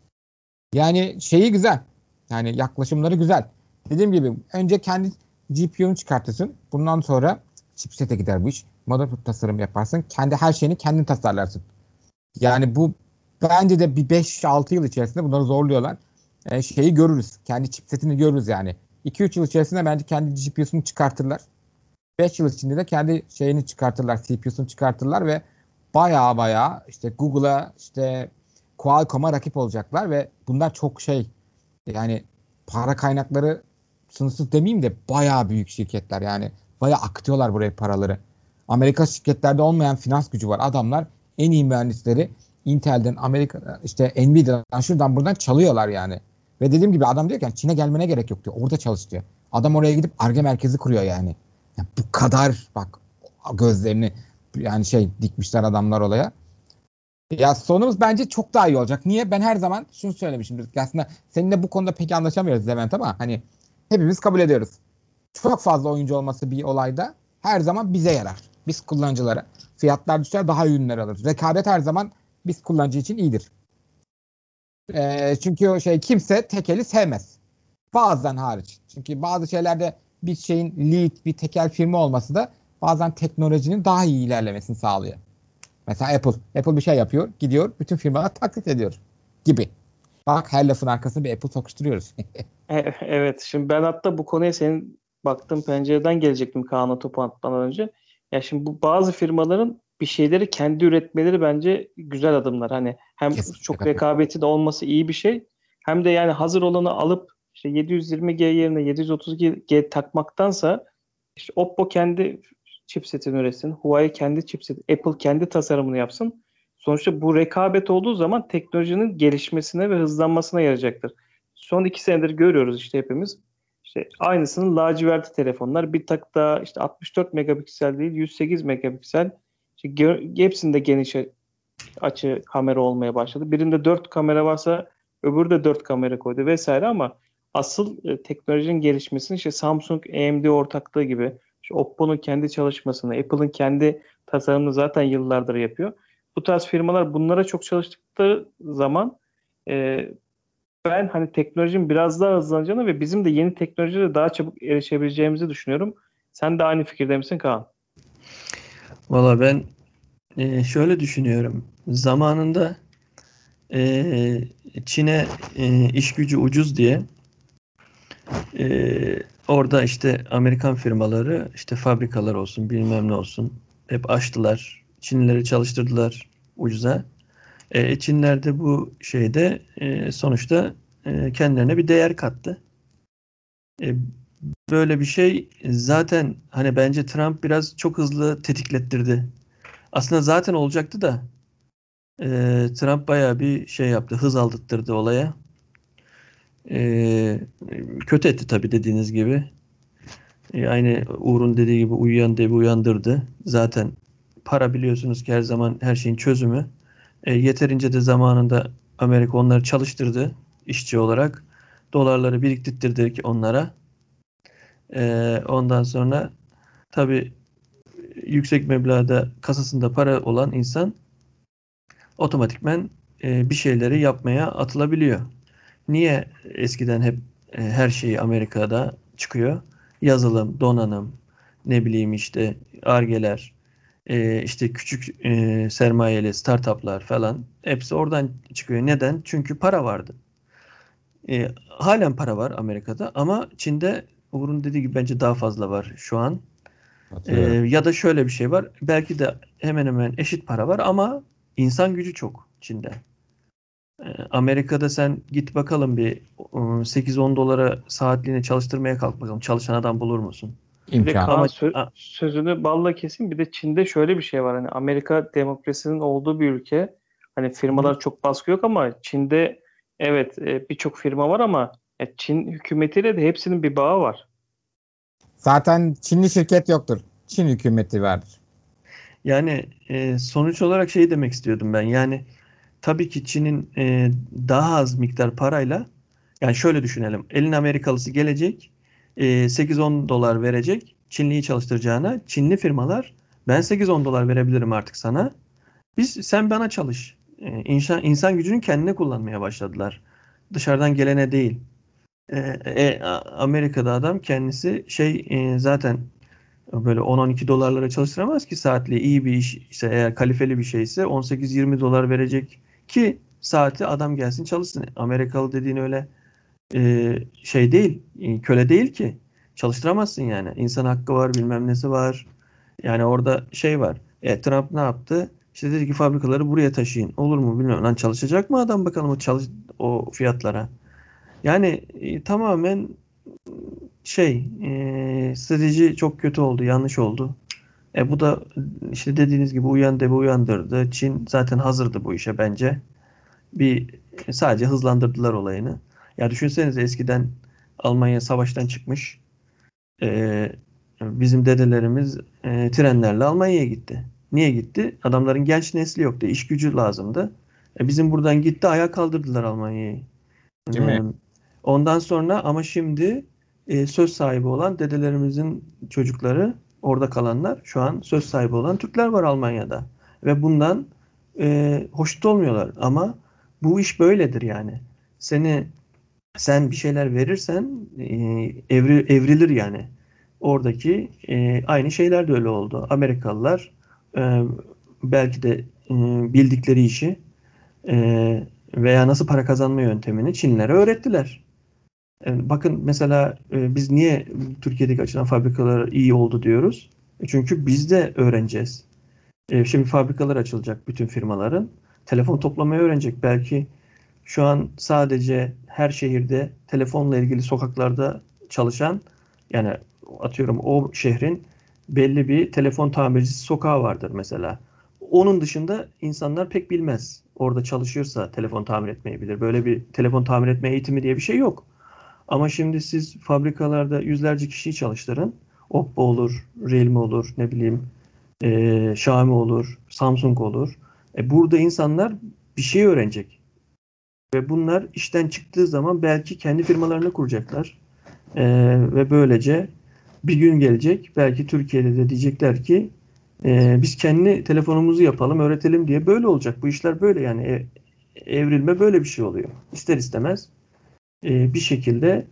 Yani güzel. Yani yaklaşımları güzel. Dediğim gibi önce kendi GPU'nu çıkartırsın. Bundan sonra chipset'e gider bu iş. Motherboard tasarım yaparsın. Kendi her şeyini kendin tasarlarsın. Yani bu bence de bir 5-6 yıl içerisinde bunları zorluyorlar. Görürüz. Kendi chipsetini görürüz yani. 2-3 yıl içerisinde bence kendi GPU'sunu çıkartırlar. 5 yıl içinde de kendi çıkartırlar. CPU'sunu çıkartırlar ve baya baya işte Google'a Qualcomm'a rakip olacaklar ve bunlar çok yani para kaynakları sınırsız demeyeyim de baya büyük şirketler yani baya akıtıyorlar buraya paraları. Amerika şirketlerde olmayan finans gücü var. Adamlar en iyi mühendisleri Intel'den, Amerika Nvidia'dan şuradan buradan çalıyorlar yani. Ve dediğim gibi adam diyor ki yani Çin'e gelmene gerek yok diyor. Orada çalış diyor. Adam oraya gidip Ar-Ge merkezi kuruyor yani. Yani bu kadar bak gözlerini yani dikmişler adamlar olaya. Ya sonumuz bence çok daha iyi olacak. Niye? Ben her zaman şunu söylemişimdir. Aslında seninle bu konuda pek anlaşamıyoruz Levent ama hani hepimiz kabul ediyoruz. Çok fazla oyuncu olması bir olayda her zaman bize yarar. Biz kullanıcılara. Fiyatlar düşer, daha iyi ürünler alır. Rekabet her zaman biz kullanıcı için iyidir. Çünkü o şey kimse tekeli sevmez. Bazen hariç. Çünkü bazı şeylerde bir şeyin lead, bir tekel firma olması da bazen teknolojinin daha iyi ilerlemesini sağlıyor. Mesela Apple. Apple bir şey yapıyor, gidiyor, bütün firmalar taklit ediyor gibi. Bak her lafın arkasına bir Apple sokuşturuyoruz. Evet, şimdi ben hatta bu konuya senin baktığın pencereden gelecektim Kaan'a topu atmadan önce. Ya şimdi bu bazı firmaların bir şeyleri kendi üretmeleri bence güzel adımlar. Hani hem Kesinlikle çok katılıyorum. rekabeti de olması iyi bir şey. Hem de yani hazır olanı alıp işte 720G yerine 732G takmaktansa işte Oppo kendi chipsetini üretsin, Huawei kendi chipset, Apple kendi tasarımını yapsın. Sonuçta bu rekabet olduğu zaman teknolojinin gelişmesine ve hızlanmasına yarayacaktır. Son 2 senedir görüyoruz işte hepimiz. İşte aynısının laciverti telefonlar. Bir tak daha işte 64 megapiksel değil 108 megapiksel. İşte hepsinde geniş açı kamera olmaya başladı. Birinde 4 kamera varsa öbürü de 4 kamera koydu vesaire ama asıl teknolojinin gelişmesini işte Samsung AMD ortaklığı gibi işte Oppo'nun kendi çalışmasını, Apple'ın kendi tasarımını zaten yıllardır yapıyor. Bu tarz firmalar bunlara çok çalıştıkları zaman e, ben hani teknolojinin biraz daha hızlanacağını ve bizim de yeni teknolojilere daha çabuk erişebileceğimizi düşünüyorum. Sen de aynı fikirde misin Kaan? Valla ben şöyle düşünüyorum. Zamanında e, Çin'e iş gücü ucuz diye orada işte Amerikan firmaları işte fabrikalar olsun bilmem ne olsun hep açtılar. Çinlileri çalıştırdılar ucuza. Çinliler de bu şeyde sonuçta kendilerine bir değer kattı. E, Böyle bir şey zaten hani bence Trump biraz çok hızlı tetiklettirdi. Aslında zaten olacaktı da Trump bayağı bir şey yaptı. Hız aldırttırdı olaya. E, Kötü etti tabii dediğiniz gibi. Aynı Uğur'un dediği gibi uyuyan devi uyandırdı. Zaten para biliyorsunuz ki her zaman her şeyin çözümü. Yeterince de zamanında Amerika onları çalıştırdı işçi olarak. Dolarları biriktirdik onlara. Ondan sonra tabii yüksek meblağda kasasında para olan insan otomatikmen bir şeyleri yapmaya atılabiliyor. Niye eskiden hep her şey Amerika'da çıkıyor? Yazılım, donanım, ne bileyim işte Ar-Ge'ler, işte küçük sermayeli startuplar falan hepsi oradan çıkıyor. Neden? Çünkü para vardı. Halen para var Amerika'da ama Çin'de Uğur'un dediği gibi bence daha fazla var şu an. Katılıyorum. Ya da şöyle bir şey var. Belki de hemen hemen eşit para var ama insan gücü çok Çin'de. Amerika'da sen git bakalım bir 8-10 dolara saatliğine çalıştırmaya kalk bakalım. Çalışan adam bulur musun? Bir de Kaan Ama sözünü balla kesin. Bir de Çin'de şöyle bir şey var. Hani Amerika demokrasinin olduğu bir ülke. Hani firmalar çok baskı yok ama Çin'de evet birçok firma var ama Çin hükümetiyle de hepsinin bir bağı var. Zaten Çinli şirket yoktur. Çin hükümeti vardır. yani sonuç olarak şey demek istiyordum ben. Yani tabii ki Çin'in daha az miktar parayla yani şöyle düşünelim. Elin Amerikalısı gelecek 8-10 dolar verecek Çinliyi çalıştıracağına Çinli firmalar ben 8-10 dolar verebilirim artık sana. Sen bana çalış. İnsan gücünün kendine kullanmaya başladılar. Dışarıdan gelene değil. Amerika'da adam kendisi zaten böyle 10-12 dolarlara çalıştıramaz ki saatliği iyi bir iş ise eğer kalifeli bir şeyse 18-20 dolar verecek ki saati adam gelsin çalışsın. Amerikalı dediğin öyle şey değil, köle değil ki. Çalıştıramazsın yani. İnsan hakkı var, bilmem nesi var. Yani orada şey var. Trump ne yaptı? İşte dedi ki fabrikaları buraya taşıyın. Olur mu bilmiyorum. Lan çalışacak mı adam bakalım o fiyatlara? Yani tamamen strateji çok kötü oldu, yanlış oldu. Bu da işte dediğiniz gibi uyan devi uyandırdı. Çin zaten hazırdı bu işe bence. Bir sadece hızlandırdılar olayını. Ya düşünsenize eskiden Almanya savaştan çıkmış. Bizim dedelerimiz trenlerle Almanya'ya gitti. Niye gitti? Adamların genç nesli yoktu. İş gücü lazımdı. Bizim buradan gitti, ayağa kaldırdılar Almanya'yı. Değil mi? E, Ondan sonra ama şimdi söz sahibi olan dedelerimizin çocukları, orada kalanlar, şu an söz sahibi olan Türkler var Almanya'da. Ve bundan hoşnut olmuyorlar. Ama bu iş böyledir yani. Sen bir şeyler verirsen evrilir yani. Oradaki aynı şeyler de öyle oldu. Amerikalılar e, belki de bildikleri işi veya nasıl para kazanma yöntemini Çinlilere öğrettiler. Bakın mesela biz niye Türkiye'deki açılan fabrikalar iyi oldu diyoruz? Çünkü biz de öğreneceğiz. Şimdi fabrikalar açılacak bütün firmaların. Telefon toplamayı öğrenecek. Belki şu an sadece her şehirde telefonla ilgili sokaklarda çalışan, yani atıyorum o şehrin belli bir telefon tamircisi sokağı vardır mesela. Onun dışında insanlar pek bilmez. Orada çalışıyorsa telefon tamir etmeyi bilir. Böyle bir telefon tamir etme eğitimi diye bir şey yok. Ama şimdi siz fabrikalarda yüzlerce kişiyi çalıştırın. Oppo olur, Realme olur, ne bileyim Xiaomi olur, Samsung olur. Burada insanlar bir şey öğrenecek. Ve bunlar işten çıktığı zaman belki kendi firmalarını kuracaklar. Ve böylece bir gün gelecek. Belki Türkiye'de de diyecekler ki biz kendi telefonumuzu yapalım, öğretelim diye. Böyle olacak. Bu işler böyle yani. Evrilme böyle bir şey oluyor. İster istemez bir şekilde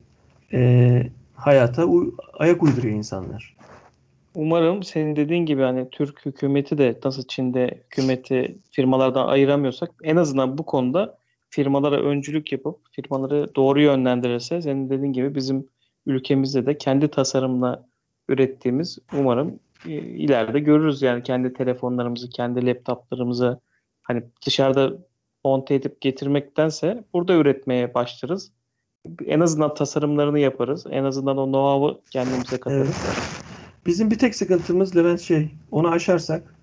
hayata ayak uyduruyor insanlar. Umarım senin dediğin gibi hani Türk hükümeti de nasıl Çin'de hükümeti firmalardan ayıramıyorsak en azından bu konuda firmalara öncülük yapıp firmaları doğru yönlendirirse senin dediğin gibi bizim ülkemizde de kendi tasarımla ürettiğimiz umarım ileride görürüz yani kendi telefonlarımızı, kendi laptoplarımızı hani dışarıda monte edip getirmektense burada üretmeye başlarız. En azından tasarımlarını yaparız. En azından o know-how'ı kendimize Evet. katarız. Bizim bir tek sıkıntımız Levent onu aşarsak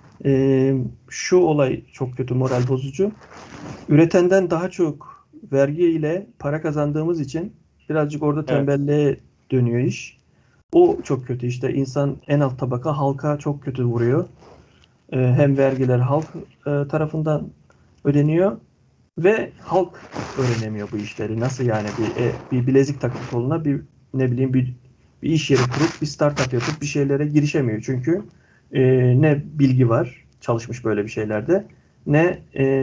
şu olay çok kötü, moral bozucu. Üretenden daha çok vergi ile para kazandığımız için birazcık orada Evet. tembelliğe dönüyor iş. O çok kötü işte. İnsan en alt tabaka halka çok kötü vuruyor. Hem vergiler halk tarafından ödeniyor ve halk öğrenemiyor bu işleri. Nasıl yani bir bilezik takıp koluna bir ne bileyim bir iş yeri kurup bir startup yapıp bir şeylere girişemiyor. Çünkü ne bilgi var çalışmış böyle bir şeylerde ne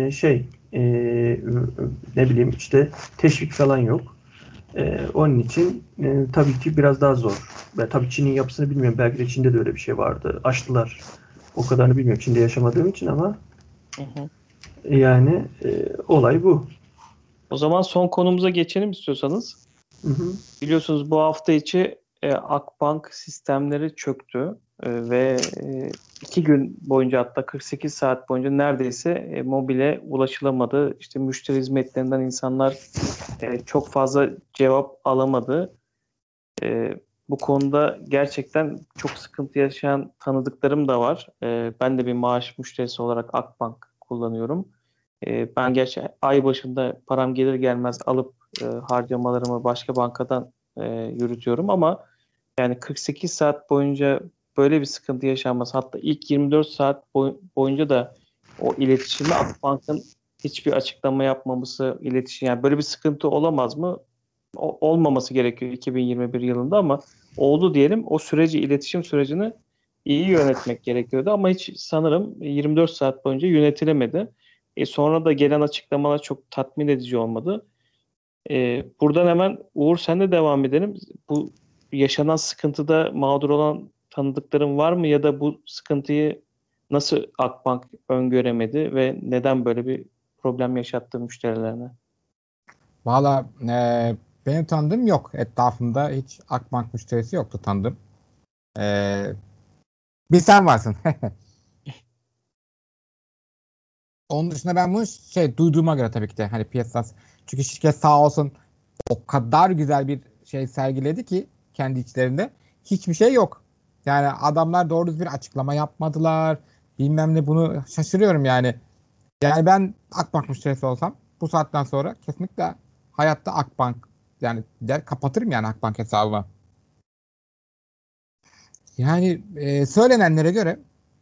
ne bileyim işte teşvik falan yok. Onun için tabii ki biraz daha zor. Ben tabii Çin'in yapısını bilmiyorum. Belki de Çin'de de öyle bir şey vardı. Açtılar. O kadarını bilmiyorum. Çin'de yaşamadığım için ama Hı hı. yani olay bu. O zaman son konumuza geçelim istiyorsanız. Hı hı. Biliyorsunuz bu hafta içi Akbank sistemleri çöktü ve 2 gün boyunca hatta 48 saat boyunca neredeyse mobile ulaşılamadı. İşte müşteri hizmetlerinden insanlar çok fazla cevap alamadı. Bu konuda gerçekten çok sıkıntı yaşayan tanıdıklarım da var. Ben de bir maaş müşterisi olarak Akbank kullanıyorum. Ben gerçi ay başında param gelir gelmez alıp harcamalarımı başka bankadan yürütüyorum ama yani 48 saat boyunca böyle bir sıkıntı yaşanması hatta ilk 24 saat boyunca da o iletişimi Akbank'ın hiçbir açıklama yapmaması iletişim yani böyle bir sıkıntı olamaz mı? Olmaması gerekiyor 2021 yılında ama oldu diyelim. O süreci iletişim sürecini iyi yönetmek gerekiyordu ama hiç sanırım 24 saat boyunca yönetilemedi. Sonra da gelen açıklamalar çok tatmin edici olmadı. Buradan hemen Uğur sen de devam edelim. Bu yaşanan sıkıntıda mağdur olan tanıdıkların var mı ya da bu sıkıntıyı nasıl Akbank öngöremedi ve neden böyle bir problem yaşattı müşterilerine? Valla benim tanıdığım yok. Etrafımda hiç Akbank müşterisi yoktu tanıdığım. E, Bir sen varsın. Onun dışında ben bunu duyduğuma göre tabii ki de hani piyasası. Çünkü şirket sağ olsun o kadar güzel bir şey sergiledi ki kendi içlerinde hiçbir şey yok. Yani adamlar doğru düzgün bir açıklama yapmadılar. Bilmem ne bunu şaşırıyorum yani. Yani ben Akbank müşterisi olsam bu saatten sonra kesinlikle hayatta Akbank yani der kapatırım yani Akbank hesabımı. Yani söylenenlere göre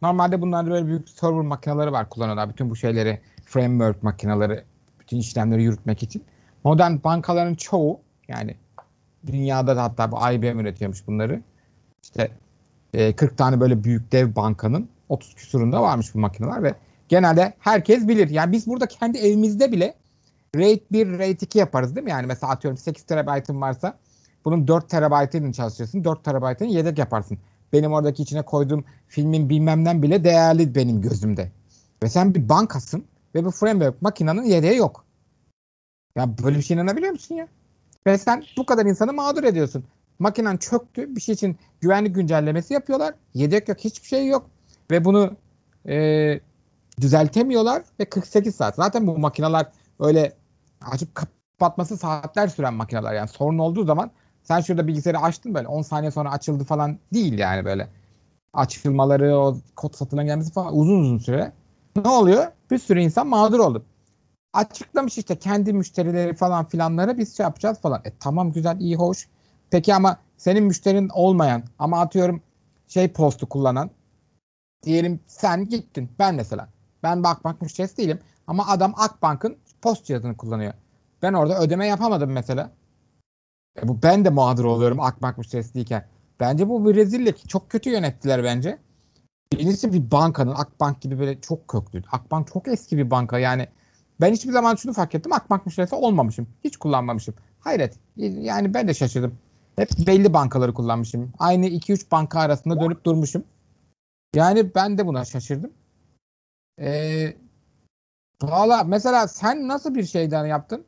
Normalde bunlarda böyle büyük server makineleri var, kullanıyorlar. Bütün bu şeyleri, framework makineleri, bütün işlemleri yürütmek için. Modern bankaların çoğu, yani dünyada da hatta bu IBM üretiyormuş bunları. İşte 40 tane böyle büyük dev bankanın 30 küsurunda varmış bu makineler ve genelde herkes bilir. Yani biz burada kendi evimizde bile RAID 1, RAID 2 yaparız değil mi? Yani mesela atıyorum 8 terabaytın varsa bunun 4 terabaytını çalıştırsın. 4 terabaytını yedek yaparsın. Benim oradaki içine koyduğum filmin bilmemden bile değerli benim gözümde. Ve sen bir bankasın ve bu framework makinenin yedeği yok. Ya böyle bir şey inanabiliyor musun ya? Ve sen bu kadar insanı mağdur ediyorsun. Makinen çöktü. Bir şey için güvenlik güncellemesi yapıyorlar. Yedek yok. Hiçbir şey yok. Ve bunu e, düzeltemiyorlar. Ve 48 saat. Zaten bu makineler öyle açıp kapatması saatler süren makineler. Yani sorun olduğu zaman sen şurada bilgisayarı açtın, böyle 10 saniye sonra açıldı falan değil yani böyle. Açılmaları, o kod satına gelmesi falan uzun uzun süre. Ne oluyor? Bir sürü insan mağdur oldu. Açıklamış işte kendi müşterileri falan filanlara biz şey yapacağız falan. Tamam, güzel, iyi, hoş. Peki ama senin müşterin olmayan ama atıyorum şey postu kullanan, diyelim sen gittin, ben mesela. Ben Akbank müşterisi değilim ama adam Akbank'ın post cihazını kullanıyor. Ben orada ödeme yapamadım mesela. Bu ben de mağdur oluyorum Akbank müşterisi değilken. Bence bu bir rezillik. Çok kötü yönettiler bence. Birincisi bir bankanın, Akbank gibi böyle çok köklü. Akbank çok eski bir banka yani. Ben hiçbir zaman şunu fark ettim. Akbank müşterisi olmamışım. Hiç kullanmamışım. Hayret. Yani ben de şaşırdım. Hep belli bankaları kullanmışım. Aynı 2-3 banka arasında dönüp durmuşum. Yani ben de buna şaşırdım. Ee, Valla mesela sen nasıl bir şeyden yaptın?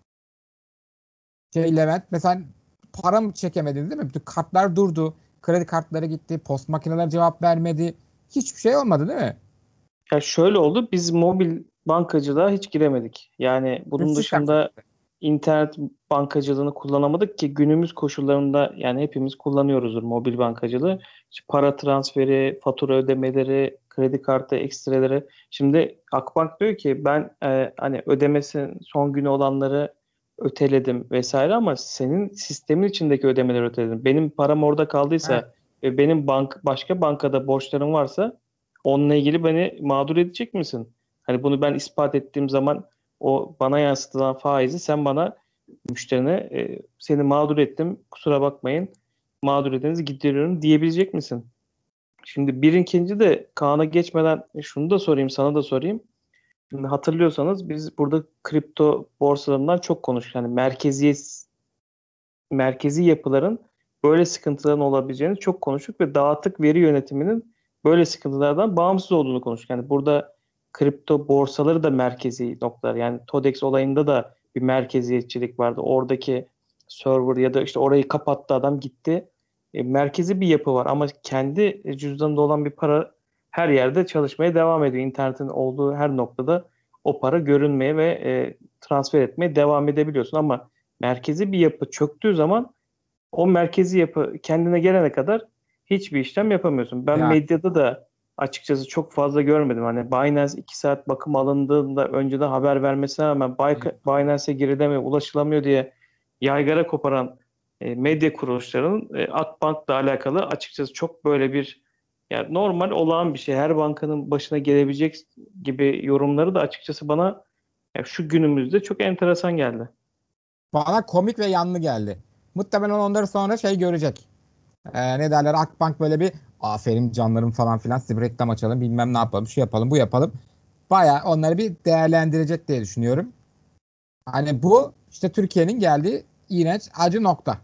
Levent. Mesela para mı çekemedin değil mi? Bütün kartlar durdu. Kredi kartları gitti. Post makineler cevap vermedi. Hiçbir şey olmadı değil mi? Ya şöyle oldu. Biz mobil bankacılığa hiç giremedik. Yani Bütün bunun sistem dışında çöktü. internet bankacılığını kullanamadık ki günümüz koşullarında yani hepimiz kullanıyoruzdur mobil bankacılığı. İşte para transferi, fatura ödemeleri, kredi kartı ekstreleri. Şimdi Akbank diyor ki ben hani ödemesi son günü olanları öteledim vesaire ama senin sistemin içindeki ödemeleri öteledim. Benim param orada Evet. kaldıysa ve benim başka bankada borçlarım varsa onunla ilgili beni mağdur edecek misin? Hani bunu ben ispat ettiğim zaman o bana yansıtılan faizi sen bana müşterine seni mağdur ettim kusura bakmayın mağduriyetinizi gideriyorum diyebilecek misin? Şimdi bir ikinci de Kaan'a geçmeden şunu da sorayım sana da sorayım. Şimdi hatırlıyorsanız biz burada kripto borsalarından çok konuştuk. Yani merkezi yapıların böyle sıkıntıların olabileceğini çok konuştuk ve dağıtık veri yönetiminin böyle sıkıntılardan bağımsız olduğunu konuştuk. Yani burada kripto borsaları da merkezi noktalar. Yani TODEX olayında da bir merkeziyetçilik vardı. Oradaki server ya da işte orayı kapattı adam gitti. Merkezi bir yapı var ama kendi cüzdanında olan bir para her yerde çalışmaya devam ediyor. İnternetin olduğu her noktada o para görünmeye ve transfer etmeye devam edebiliyorsun ama merkezi bir yapı çöktüğü zaman o merkezi yapı kendine gelene kadar hiçbir işlem yapamıyorsun. Ben Ya medyada da açıkçası çok fazla görmedim. Hani Binance 2 saat bakım alındığında önceden haber vermesine rağmen Binance'e girilemiyor, ulaşılamıyor diye yaygara koparan medya kuruluşlarının Akbank'la alakalı açıkçası çok böyle bir yani normal olağan bir şey. Her bankanın başına gelebilecek gibi yorumları da açıkçası bana ya şu günümüzde çok enteresan geldi. bana komik ve yanlı geldi. Muhtemelen onları sonra şey görecek. Ne derler, Akbank böyle bir aferin canlarım falan filan, size bir reklam açalım, bilmem ne yapalım, şu yapalım, bu yapalım. Baya onları bir değerlendirecek diye düşünüyorum. Hani bu işte Türkiye'nin geldiği iğrenç acı nokta.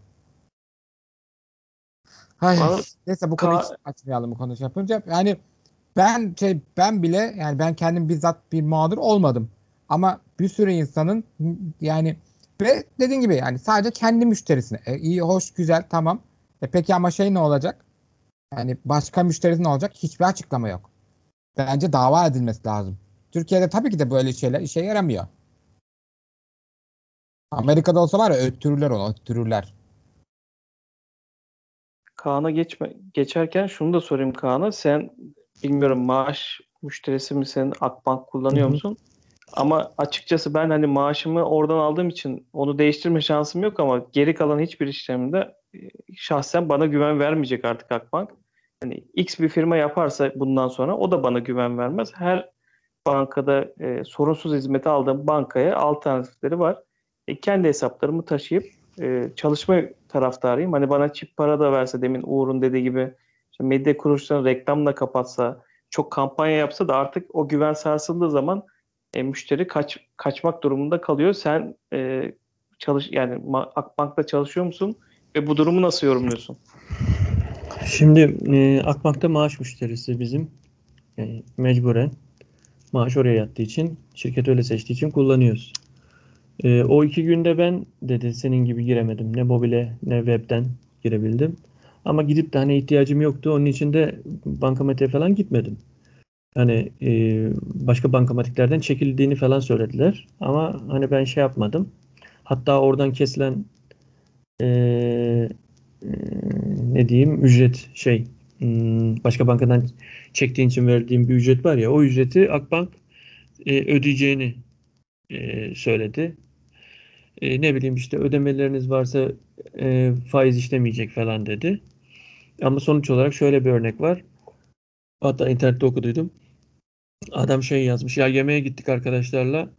Ay, Bana neyse bu konuyu hiç Ka- açmayalım, bu konuyu şey yapınca. Yani ben bile, yani ben kendim bizzat bir mağdur olmadım. Ama bir sürü insanın yani, ve dediğin gibi yani sadece kendi müşterisine. İyi, hoş, güzel, tamam. Peki ama şey ne olacak? Yani başka müşterisi ne olacak? Hiçbir açıklama yok. Bence dava edilmesi lazım. Türkiye'de tabii ki de böyle şeyler işe yaramıyor. Amerika'da olsa var ya, öttürürler onu, öttürürler. Kaan'a geçerken şunu da sorayım Kaan'a. Sen bilmiyorum maaş müşterisi misin? Akbank Hı kullanıyor hı. musun? Ama açıkçası ben hani maaşımı oradan aldığım için onu değiştirme şansım yok ama geri kalan hiçbir işlemde şahsen bana güven vermeyecek artık Akbank. hani X bir firma yaparsa bundan sonra o da bana güven vermez. Her bankada sorunsuz hizmeti aldığım bankaya alternatifleri var. Kendi hesaplarımı taşıyıp çalışma taraftarıyım. Hani bana çip para da verse, demin Uğur'un dediği gibi işte medya kuruluşlarını reklamla kapatsa, çok kampanya yapsa da artık o güven sarsıldığı zaman müşteri kaçmak durumunda kalıyor. Sen yani Akbank'ta çalışıyor musun ve bu durumu nasıl yorumluyorsun? Şimdi Akbank'ta maaş müşterisi bizim. Yani mecburen maaş oraya yattığı için, şirket öyle seçtiği için kullanıyoruz. O 2 günde ben dedi senin gibi giremedim. Ne mobile ne webten girebildim. Ama gidip de hani ihtiyacım yoktu. Onun için de bankamatiğe falan gitmedim. Hani başka bankamatiklerden çekildiğini falan söylediler. Ama hani ben şey yapmadım. Hatta oradan kesilen e, e, ne diyeyim ücret başka bankadan çektiğin için verdiğim bir ücret var ya, o ücreti Akbank ödeyeceğini söyledi. Ne bileyim işte ödemeleriniz varsa faiz işlemeyecek falan dedi. Ama sonuç olarak şöyle bir örnek var. Hatta internette okuduydum. Adam şey yazmış. Ya yemeğe gittik arkadaşlarla.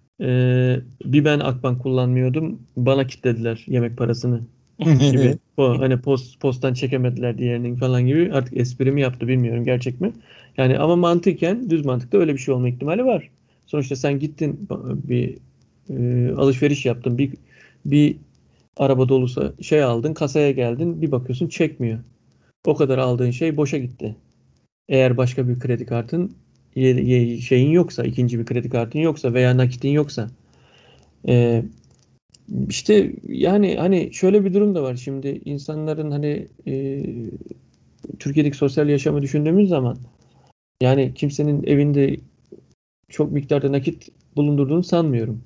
Bir ben Akbank kullanmıyordum. Bana kilitlediler yemek parasını gibi. O hani posttan çekemediler diğerinin falan gibi. Artık espri mi yaptı bilmiyorum, gerçek mi? Yani ama mantıken, düz mantıkta öyle bir şey olma ihtimali var. Sonuçta sen gittin bir alışveriş yaptın. Bir araba dolusu şey aldın, kasaya geldin, bir bakıyorsun çekmiyor. O kadar aldığın şey boşa gitti. Eğer başka bir kredi kartın şeyin yoksa, ikinci bir kredi kartın yoksa veya nakitin yoksa. Ee, işte yani hani şöyle bir durum da var. Şimdi insanların hani Türkiye'deki sosyal yaşamı düşündüğümüz zaman yani kimsenin evinde çok miktarda nakit bulundurduğunu sanmıyorum.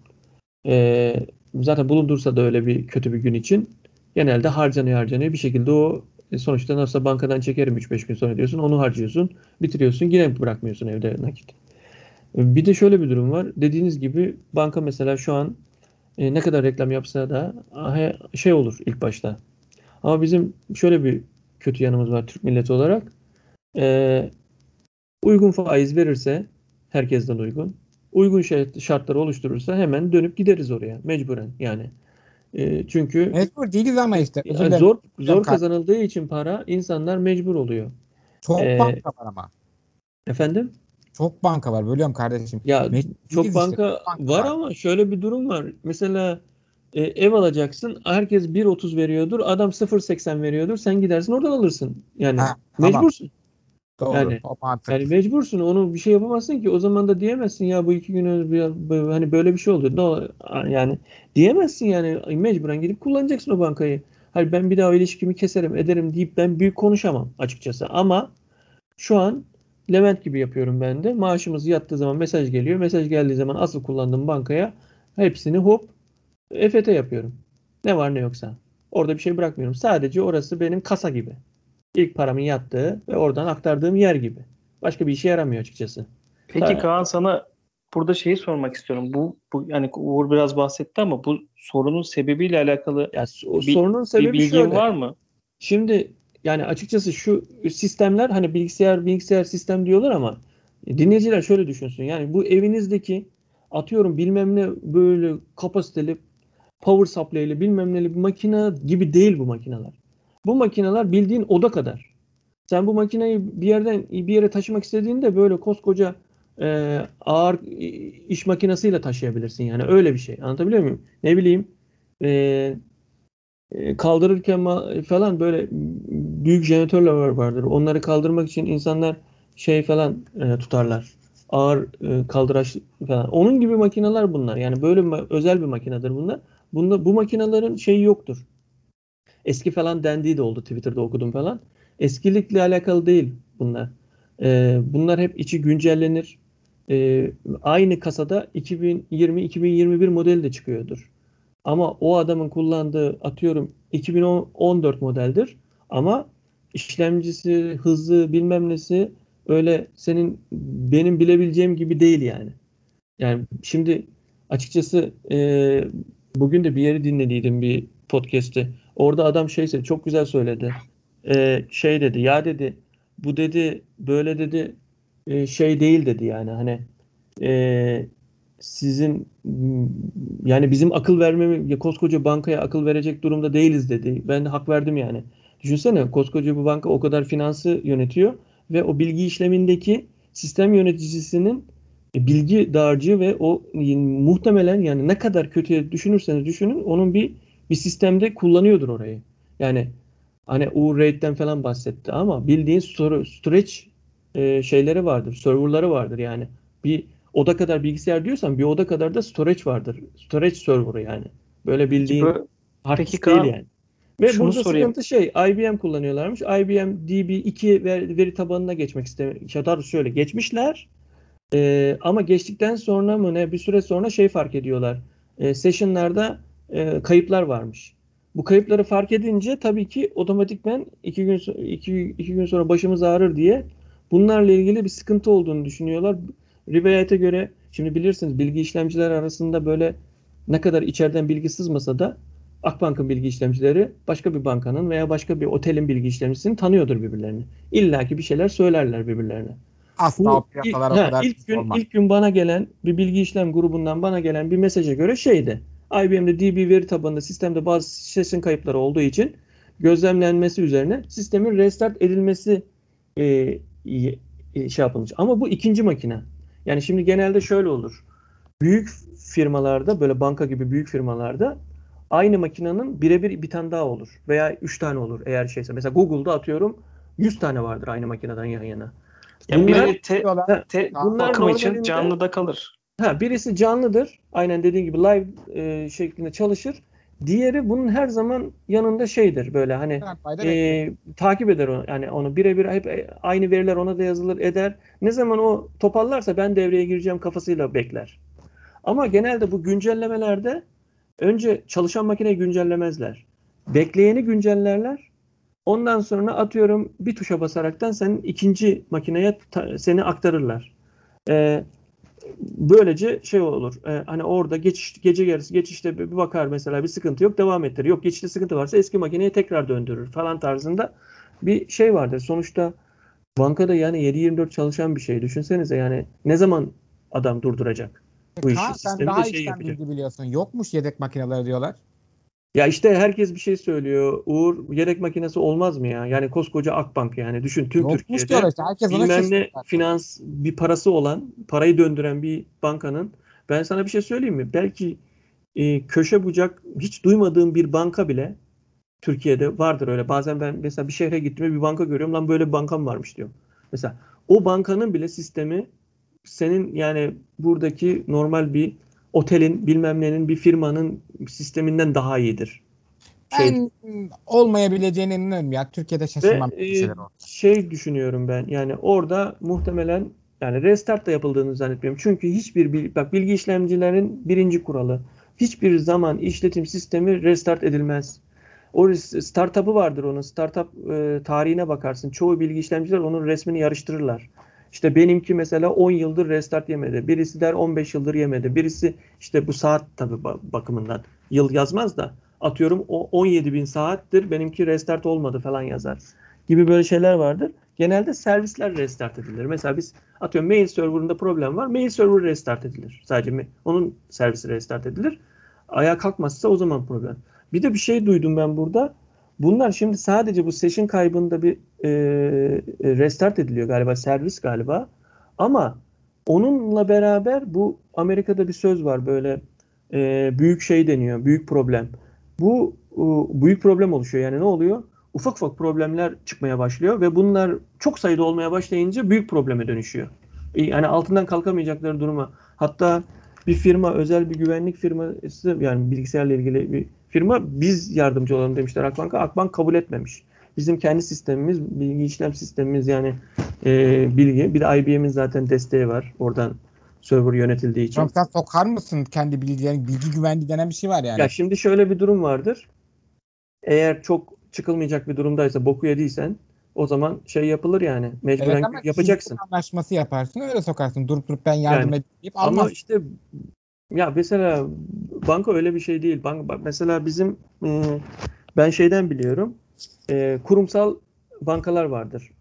Zaten bulundursa da öyle bir kötü bir gün için genelde harcanıyor bir şekilde o sonuçta nasılsa bankadan çekerim 3-5 gün sonra diyorsun, onu harcıyorsun, bitiriyorsun, yine bırakmıyorsun evde nakit. Bir de şöyle bir durum var. Dediğiniz gibi banka mesela şu an ne kadar reklam yapsa da şey olur ilk başta. Ama bizim şöyle bir kötü yanımız var Türk milleti olarak. E, Uygun faiz verirse, herkesten uygun şartları oluşturursa hemen dönüp gideriz oraya mecburen yani. Çünkü Mecbur değiliz ama işte. Özür yani dilerim. zor kazanıldığı için para, insanlar mecbur oluyor. Çok E, banka var ama. Efendim? Çok banka var. Bölüyorum kardeşim. Ya Mecbur çok değiliz işte. banka Çok banka var var. ama şöyle bir durum var. Mesela ev alacaksın. Herkes 1,30 veriyordur. Adam 0,80 veriyordur. Sen gidersin oradan alırsın. Yani Ha, tamam. mecbursun. Doğru. Yani O yani mantık. mecbursun. Onu bir şey yapamazsın ki. O zaman da diyemezsin ya bu 2 gün önce hani böyle bir şey oldu. Yani diyemezsin yani. Mecburen gidip kullanacaksın o bankayı. Hayır ben bir daha o ilişkimi keserim ederim deyip ben büyük konuşamam açıkçası. Ama şu an Levent gibi yapıyorum ben de. Maaşımız yattığı zaman mesaj geliyor. Mesaj geldiği zaman asıl kullandığım bankaya hepsini hop EFT yapıyorum. Ne var ne yoksa. Orada bir şey bırakmıyorum. Sadece orası benim kasa gibi. İlk paramın yattığı ve oradan aktardığım yer gibi. Başka bir işe yaramıyor açıkçası. Peki Kaan, sana burada şeyi sormak istiyorum. Bu yani Uğur biraz bahsetti ama bu sorunun sebebiyle alakalı Ya o bir, sorunun bir sebebi bilgin şöyle. var mı? Şimdi yani açıkçası şu sistemler hani bilgisayar sistem diyorlar ama dinleyiciler şöyle düşünsün. Yani bu evinizdeki atıyorum bilmem ne böyle kapasiteli power supply'li bilmem neli bir makine gibi değil bu makineler. Bu makineler bildiğin oda kadar. Sen bu makineyi bir yerden bir yere taşımak istediğinde böyle koskoca ağır iş makinesiyle taşıyabilirsin. Yani öyle bir şey. Anlatabiliyor muyum? Ne bileyim e, kaldırırken falan böyle büyük jeneratörler vardır. Onları kaldırmak için insanlar şey falan tutarlar. Ağır kaldıraç falan. Onun gibi makineler bunlar. Yani böyle özel bir makinedir bunlar. Bu makinelerin şeyi yoktur. Eski falan dendiği de oldu, Twitter'da okudum falan. Eskilikle alakalı değil bunlar. Bunlar hep içi güncellenir. Aynı kasada 2020-2021 modeli de çıkıyordur. Ama o adamın kullandığı atıyorum 2014 modeldir. Ama işlemcisi, hızı, bilmem nesi öyle senin benim bilebileceğim gibi değil yani. Yani şimdi açıkçası bugün de bir yeri dinlediydim, bir podcast'i. Orada adam şeyse çok güzel söyledi. Şey dedi ya dedi, bu dedi böyle dedi şey değil dedi yani hani e, sizin yani bizim akıl vermemi ya koskoca bankaya akıl verecek durumda değiliz dedi. Ben de hak verdim yani. Düşünsene koskoca bir banka o kadar finansı yönetiyor ve o bilgi işlemindeki sistem yöneticisinin bilgi dağarcığı ve o muhtemelen yani ne kadar kötüye düşünürseniz düşünün onun bir sistemde kullanıyordur orayı. Yani hani Uğur RAID'den falan bahsetti ama bildiğin storage şeyleri vardır, serverları vardır yani. Bir oda kadar bilgisayar diyorsan bir oda kadar da storage vardır. Storage serverı yani. Böyle Peki bildiğin hard peki disk değil Kaan, yani. Ve şunu burada sorayım. sıkıntı şey IBM kullanıyorlarmış. IBM DB2 veri tabanına geçmek istemiş. Ya da şöyle geçmişler. Ama geçtikten sonra mı ne bir süre sonra şey fark ediyorlar. Session'larda kayıplar varmış. Bu kayıpları fark edince tabii ki otomatikmen iki gün sonra başımız ağrır diye bunlarla ilgili bir sıkıntı olduğunu düşünüyorlar. Rivayete göre şimdi bilirsiniz bilgi işlemciler arasında böyle ne kadar içeriden bilgi sızmasa da Akbank'ın bilgi işlemcileri başka bir bankanın veya başka bir otelin bilgi işlemcisini tanıyordur birbirlerini. İlla ki bir şeyler söylerler birbirlerine. Asla o piyasalar o kadar İlk büyük gün olmaz. ilk gün bana gelen bir bilgi işlem grubundan bana gelen bir mesaja göre şeydi. IBM'de DB veri tabanında sistemde bazı session kayıpları olduğu için gözlemlenmesi üzerine sistemin restart edilmesi e, şey yapılmış. Ama bu ikinci makine. Yani şimdi genelde şöyle olur. Büyük firmalarda böyle banka gibi büyük firmalarda aynı makinenin birebir bir tane daha olur. Veya 3 tane olur eğer şeyse. Mesela Google'da atıyorum 100 tane vardır aynı makineden yan yana. Ya Bunlar biri Diyorlar. bunlar bakım için normalinde canlıda kalır. birisi canlıdır. Aynen dediğin gibi live şeklinde çalışır. Diğeri bunun her zaman yanında şeydir böyle hani Fayda bekler. takip eder onu. Yani onu birebir hep aynı veriler ona da yazılır eder. Ne zaman o toparlarsa ben devreye gireceğim kafasıyla bekler. Ama genelde bu güncellemelerde önce çalışan makineyi güncellemezler. Bekleyeni güncellerler. Ondan sonra atıyorum bir tuşa basaraktan senin ikinci makineye seni aktarırlar. Ee, Böylece şey olur. Hani orada gece yarısı geçişte bir bakar mesela bir sıkıntı yok devam ettirir. Yok geçişte sıkıntı varsa eski makineye tekrar döndürür falan tarzında bir şey vardır. Sonuçta bankada yani 7/24 çalışan bir şey. Düşünsenize yani ne zaman adam durduracak bu işi? Kaan sen Sistemi de daha şey içten yapacak. bilgi biliyorsun. Yokmuş yedek makineleri diyorlar. Ya işte herkes bir şey söylüyor. Uğur yedek makinesi olmaz mı ya? Yani koskoca Akbank yani düşün tüm Yokmuş Türkiye'de diyorlar işte. Herkes ona bilmem şaşırıyor ne zaten. finans bir parası olan, parayı döndüren bir bankanın ben sana bir şey söyleyeyim mi? Belki köşe bucak hiç duymadığım bir banka bile Türkiye'de vardır öyle. Bazen ben mesela bir şehre gittiğimde bir banka görüyorum. Lan böyle bir bankam varmış diyorum. Mesela o bankanın bile sistemi senin yani buradaki normal bir otelin bilmem nenin bir firmanın sisteminden daha iyidir. Şey Ben olmayabileceğine inanıyorum ya. Türkiye'de ve şaşırmam bir şeyler o. şey düşünüyorum ben yani orada muhtemelen yani restart da yapıldığını zannetmiyorum. Çünkü bak bilgi işlemcilerin birinci kuralı hiçbir zaman işletim sistemi restart edilmez. O startup'ı vardır onun. Startup tarihine bakarsın. Çoğu bilgi işlemciler onun resmini yarıştırırlar. İşte benimki mesela 10 yıldır restart yemedi. Birisi der 15 yıldır yemedi. Birisi işte bu saat tabii bakımından yıl yazmaz da atıyorum o 17 bin saattir benimki restart olmadı falan yazar. Gibi böyle şeyler vardır. Genelde servisler restart edilir. Mesela biz atıyorum mail serverında problem var. Mail server restart edilir. Sadece onun servisi restart edilir. Ayağa kalkmazsa o zaman problem. Bir de bir şey duydum ben burada. Bunlar şimdi sadece bu session kaybında bir restart ediliyor galiba, servis galiba. Ama onunla beraber bu Amerika'da bir söz var böyle büyük şey deniyor, büyük problem. Bu büyük problem oluşuyor. Yani ne oluyor? Ufak ufak problemler çıkmaya başlıyor ve bunlar çok sayıda olmaya başlayınca büyük probleme dönüşüyor. Yani altından kalkamayacakları duruma. Hatta bir firma, özel bir güvenlik firması yani bilgisayarla ilgili bir firma biz yardımcı olalım demişler Akbank'a. Akbank kabul etmemiş. Bizim kendi sistemimiz, bilgi işlem sistemimiz yani bilgi. Bir de IBM'in zaten desteği var. Oradan server yönetildiği Hocam için. sen sokar mısın kendi bilgilerin? Bilgi güvenliği denen bir şey var Ya yani. şimdi şöyle bir durum vardır. Eğer çok çıkılmayacak bir durumdaysa boku yediysen o zaman şey yapılır yani. Evet Mecburen ama gizlilik yapacaksın. anlaşması yaparsın öyle sokarsın. Durup durup ben yardım Yani edeyim deyip ama almaz. işte ya mesela banka öyle bir şey değil. Mesela bizim ben şeyden biliyorum. Kurumsal bankalar vardır.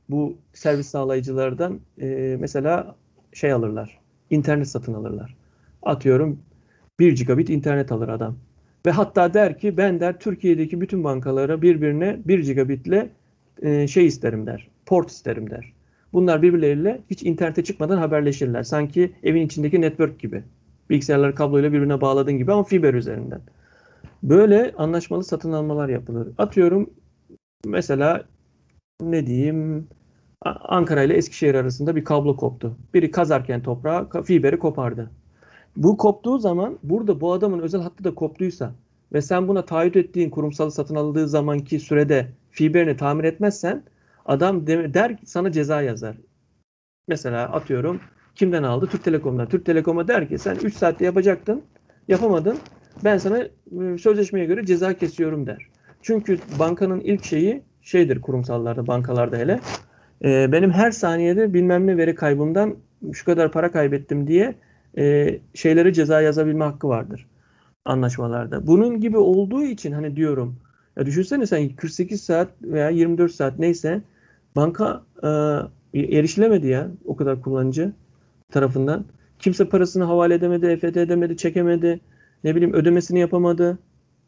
bu servis sağlayıcılardan mesela şey alırlar. İnternet satın alırlar. Atıyorum 1 gigabit internet alır adam. Ve hatta der ki ben der Türkiye'deki bütün bankalara birbirine 1 gigabitle şey isterim der. Port isterim der. Bunlar birbirleriyle hiç internete çıkmadan haberleşirler. Sanki evin içindeki network gibi. Bilgisayarları kabloyla birbirine bağladığın gibi ama fiber üzerinden. Böyle anlaşmalı satın almalar yapılır. Atıyorum mesela ne diyeyim Ankara ile Eskişehir arasında bir kablo koptu. Biri kazarken toprağa fiberi kopardı. Bu koptuğu zaman burada bu adamın özel hattı da koptuysa ve sen buna taahhüt ettiğin kurumsal satın aldığı zamanki sürede fiberini tamir etmezsen adam der sana ceza yazar. Mesela atıyorum kimden aldı? Türk Telekom'dan. Türk Telekom'a der ki sen 3 saatte yapacaktın, yapamadın. Ben sana sözleşmeye göre ceza kesiyorum der. Çünkü bankanın ilk şeyi şeydir kurumsallarda, bankalarda hele. Benim her saniyede bilmem ne veri kaybımdan şu kadar para kaybettim diye şeylere ceza yazabilme hakkı vardır anlaşmalarda. Bunun gibi olduğu için hani diyorum ya düşünsene sen 48 saat veya 24 saat neyse banka erişilemedi ya o kadar kullanıcı tarafından. Kimse parasını havale edemedi, EFT edemedi, çekemedi. Ne bileyim ödemesini yapamadı.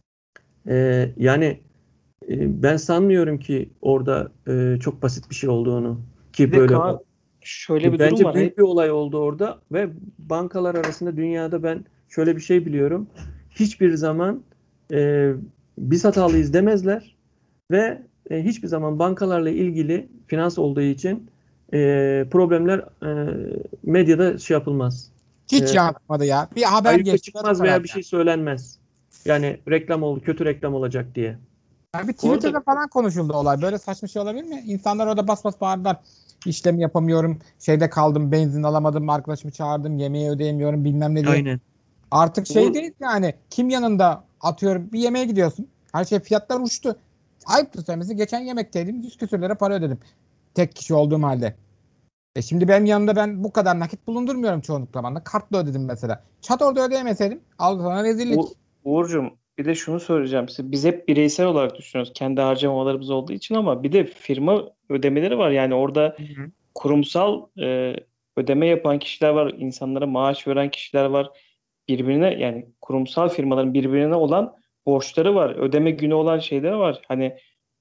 Yani ben sanmıyorum ki orada çok basit bir şey olduğunu ki Bir de böyle Kaan, şöyle bir durum bence var. büyük bir olay oldu orada ve bankalar arasında dünyada ben şöyle bir şey biliyorum. Hiçbir zaman biz hatalıyız demezler ve hiçbir zaman bankalarla ilgili finans olduğu için problemler medyada şey yapılmaz. Hiç yansımadı ya. Bir haber Ayyuka geçti. çıkmaz veya bir şey söylenmez. Yani reklam oldu, kötü reklam olacak diye. Yani bir Orada- Twitter'da falan konuşuldu olay. Böyle saçma şey olabilir mi? İnsanlar orada bas bas bağırdılar. İşlem yapamıyorum. Şeyde kaldım. Benzin alamadım. Arkadaşımı çağırdım. Yemeği ödeyemiyorum. Bilmem ne diye. Aynen. Artık şey Bu- değil yani. Kim yanında atıyorum bir yemeğe gidiyorsun. Her şey fiyatlar uçtu. Ayıptır söylemesi. Geçen yemekteydim. 100 küsür lira para ödedim. Tek kişi olduğum halde. Şimdi benim yanımda ben bu kadar nakit bulundurmuyorum çoğunlukla bana. Kartla ödedim mesela. Çat orada ödeyemeseydim. Al sana rezillik. Uğurcuğum bir de şunu söyleyeceğim size. Biz hep bireysel olarak düşünüyoruz. Kendi harcamalarımız olduğu için ama bir de firma ödemeleri var. Yani orada kurumsal ödeme yapan kişiler var. İnsanlara maaş veren kişiler var. Birbirine yani kurumsal firmaların birbirine olan borçları var. Ödeme günü olan şeyler var. Hani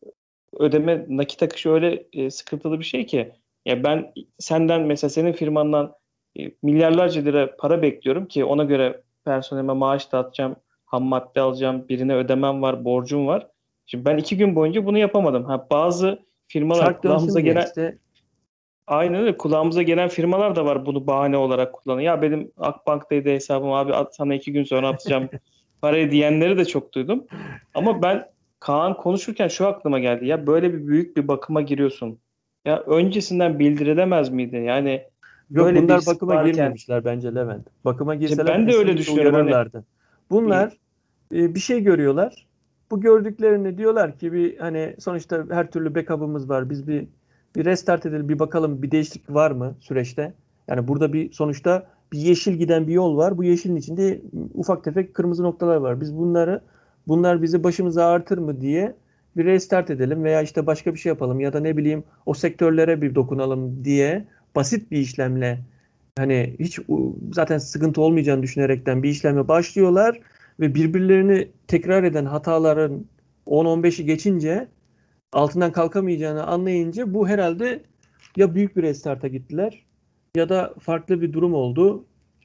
ödeme nakit akışı öyle sıkıntılı bir şey ki. Ya ben senden mesela senin firmandan milyarlarca lira para bekliyorum ki ona göre personelime maaş dağıtacağım, ham madde alacağım, birine ödemem var, borcum var. Şimdi ben 2 gün boyunca bunu yapamadım. Ha, bazı firmalar Çark kulağımıza dönsün diye gelen işte. aynen öyle kulağımıza gelen firmalar da var bunu bahane olarak kullanıyor. Ya benim Akbank'taydı hesabım abi sana 2 gün sonra atacağım parayı diyenleri de çok duydum. Ama ben Kaan konuşurken şu aklıma geldi. Ya böyle bir büyük bir bakıma giriyorsun. Ya öncesinden bildirilemez miydi? Yani Yok böyle bir bunlar risk bakıma varken girmemişler bence Levent. Bakıma işte girseler ben de öyle kesinlikle düşünüyorum. Hani uyarırlardı. Bunlar bir şey görüyorlar. Bu gördüklerini diyorlar ki bir hani sonuçta her türlü backup'ımız var. Biz bir restart edelim, bir bakalım bir değişiklik var mı süreçte? Yani burada bir sonuçta bir yeşil giden bir yol var. Bu yeşilin içinde ufak tefek kırmızı noktalar var. Biz bunlar bizi başımıza ağrıtır mı diye bir restart edelim veya işte başka bir şey yapalım ya da ne bileyim o sektörlere bir dokunalım diye basit bir işlemle hani hiç zaten sıkıntı olmayacağını düşünerekten bir işleme başlıyorlar ve birbirlerini tekrar eden hataların 10-15'i geçince altından kalkamayacağını anlayınca bu herhalde ya büyük bir restarta gittiler ya da farklı bir durum oldu.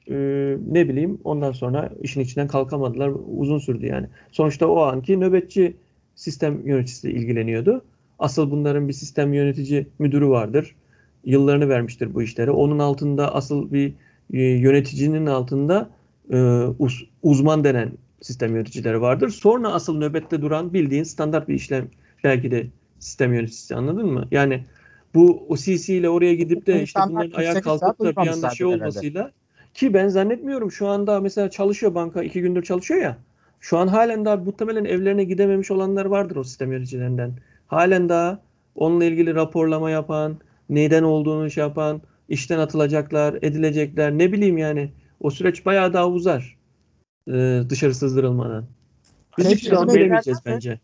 Ne bileyim ondan sonra işin içinden kalkamadılar. Uzun sürdü yani. Sonuçta o anki nöbetçi sistem yöneticisi ilgileniyordu. Asıl bunların bir sistem yönetici müdürü vardır. Yıllarını vermiştir bu işlere. Onun altında asıl bir yöneticinin altında uzman denen sistem yöneticileri vardır. Sonra asıl nöbette duran bildiğin standart bir işlem belki de sistem yöneticisi anladın mı? Yani bu o CC ile oraya gidip de işte İnsanlar bunların ayağa 48 saat kalkıp da bir anda şey uyumamışlardır herhalde. olmasıyla ki ben zannetmiyorum şu anda mesela çalışıyor banka 2 gündür çalışıyor ya. Şu an halen daha muhtemelen evlerine gidememiş olanlar vardır o sistem yöneticilerinden. Halen daha onunla ilgili raporlama yapan, neden olduğunu şey yapan, işten atılacaklar, edilecekler ne bileyim yani. O süreç bayağı daha uzar dışarı sızdırılmadan. Biz hiçbir Tecrübe zaman ilerlerse bilemeyeceğiz bence.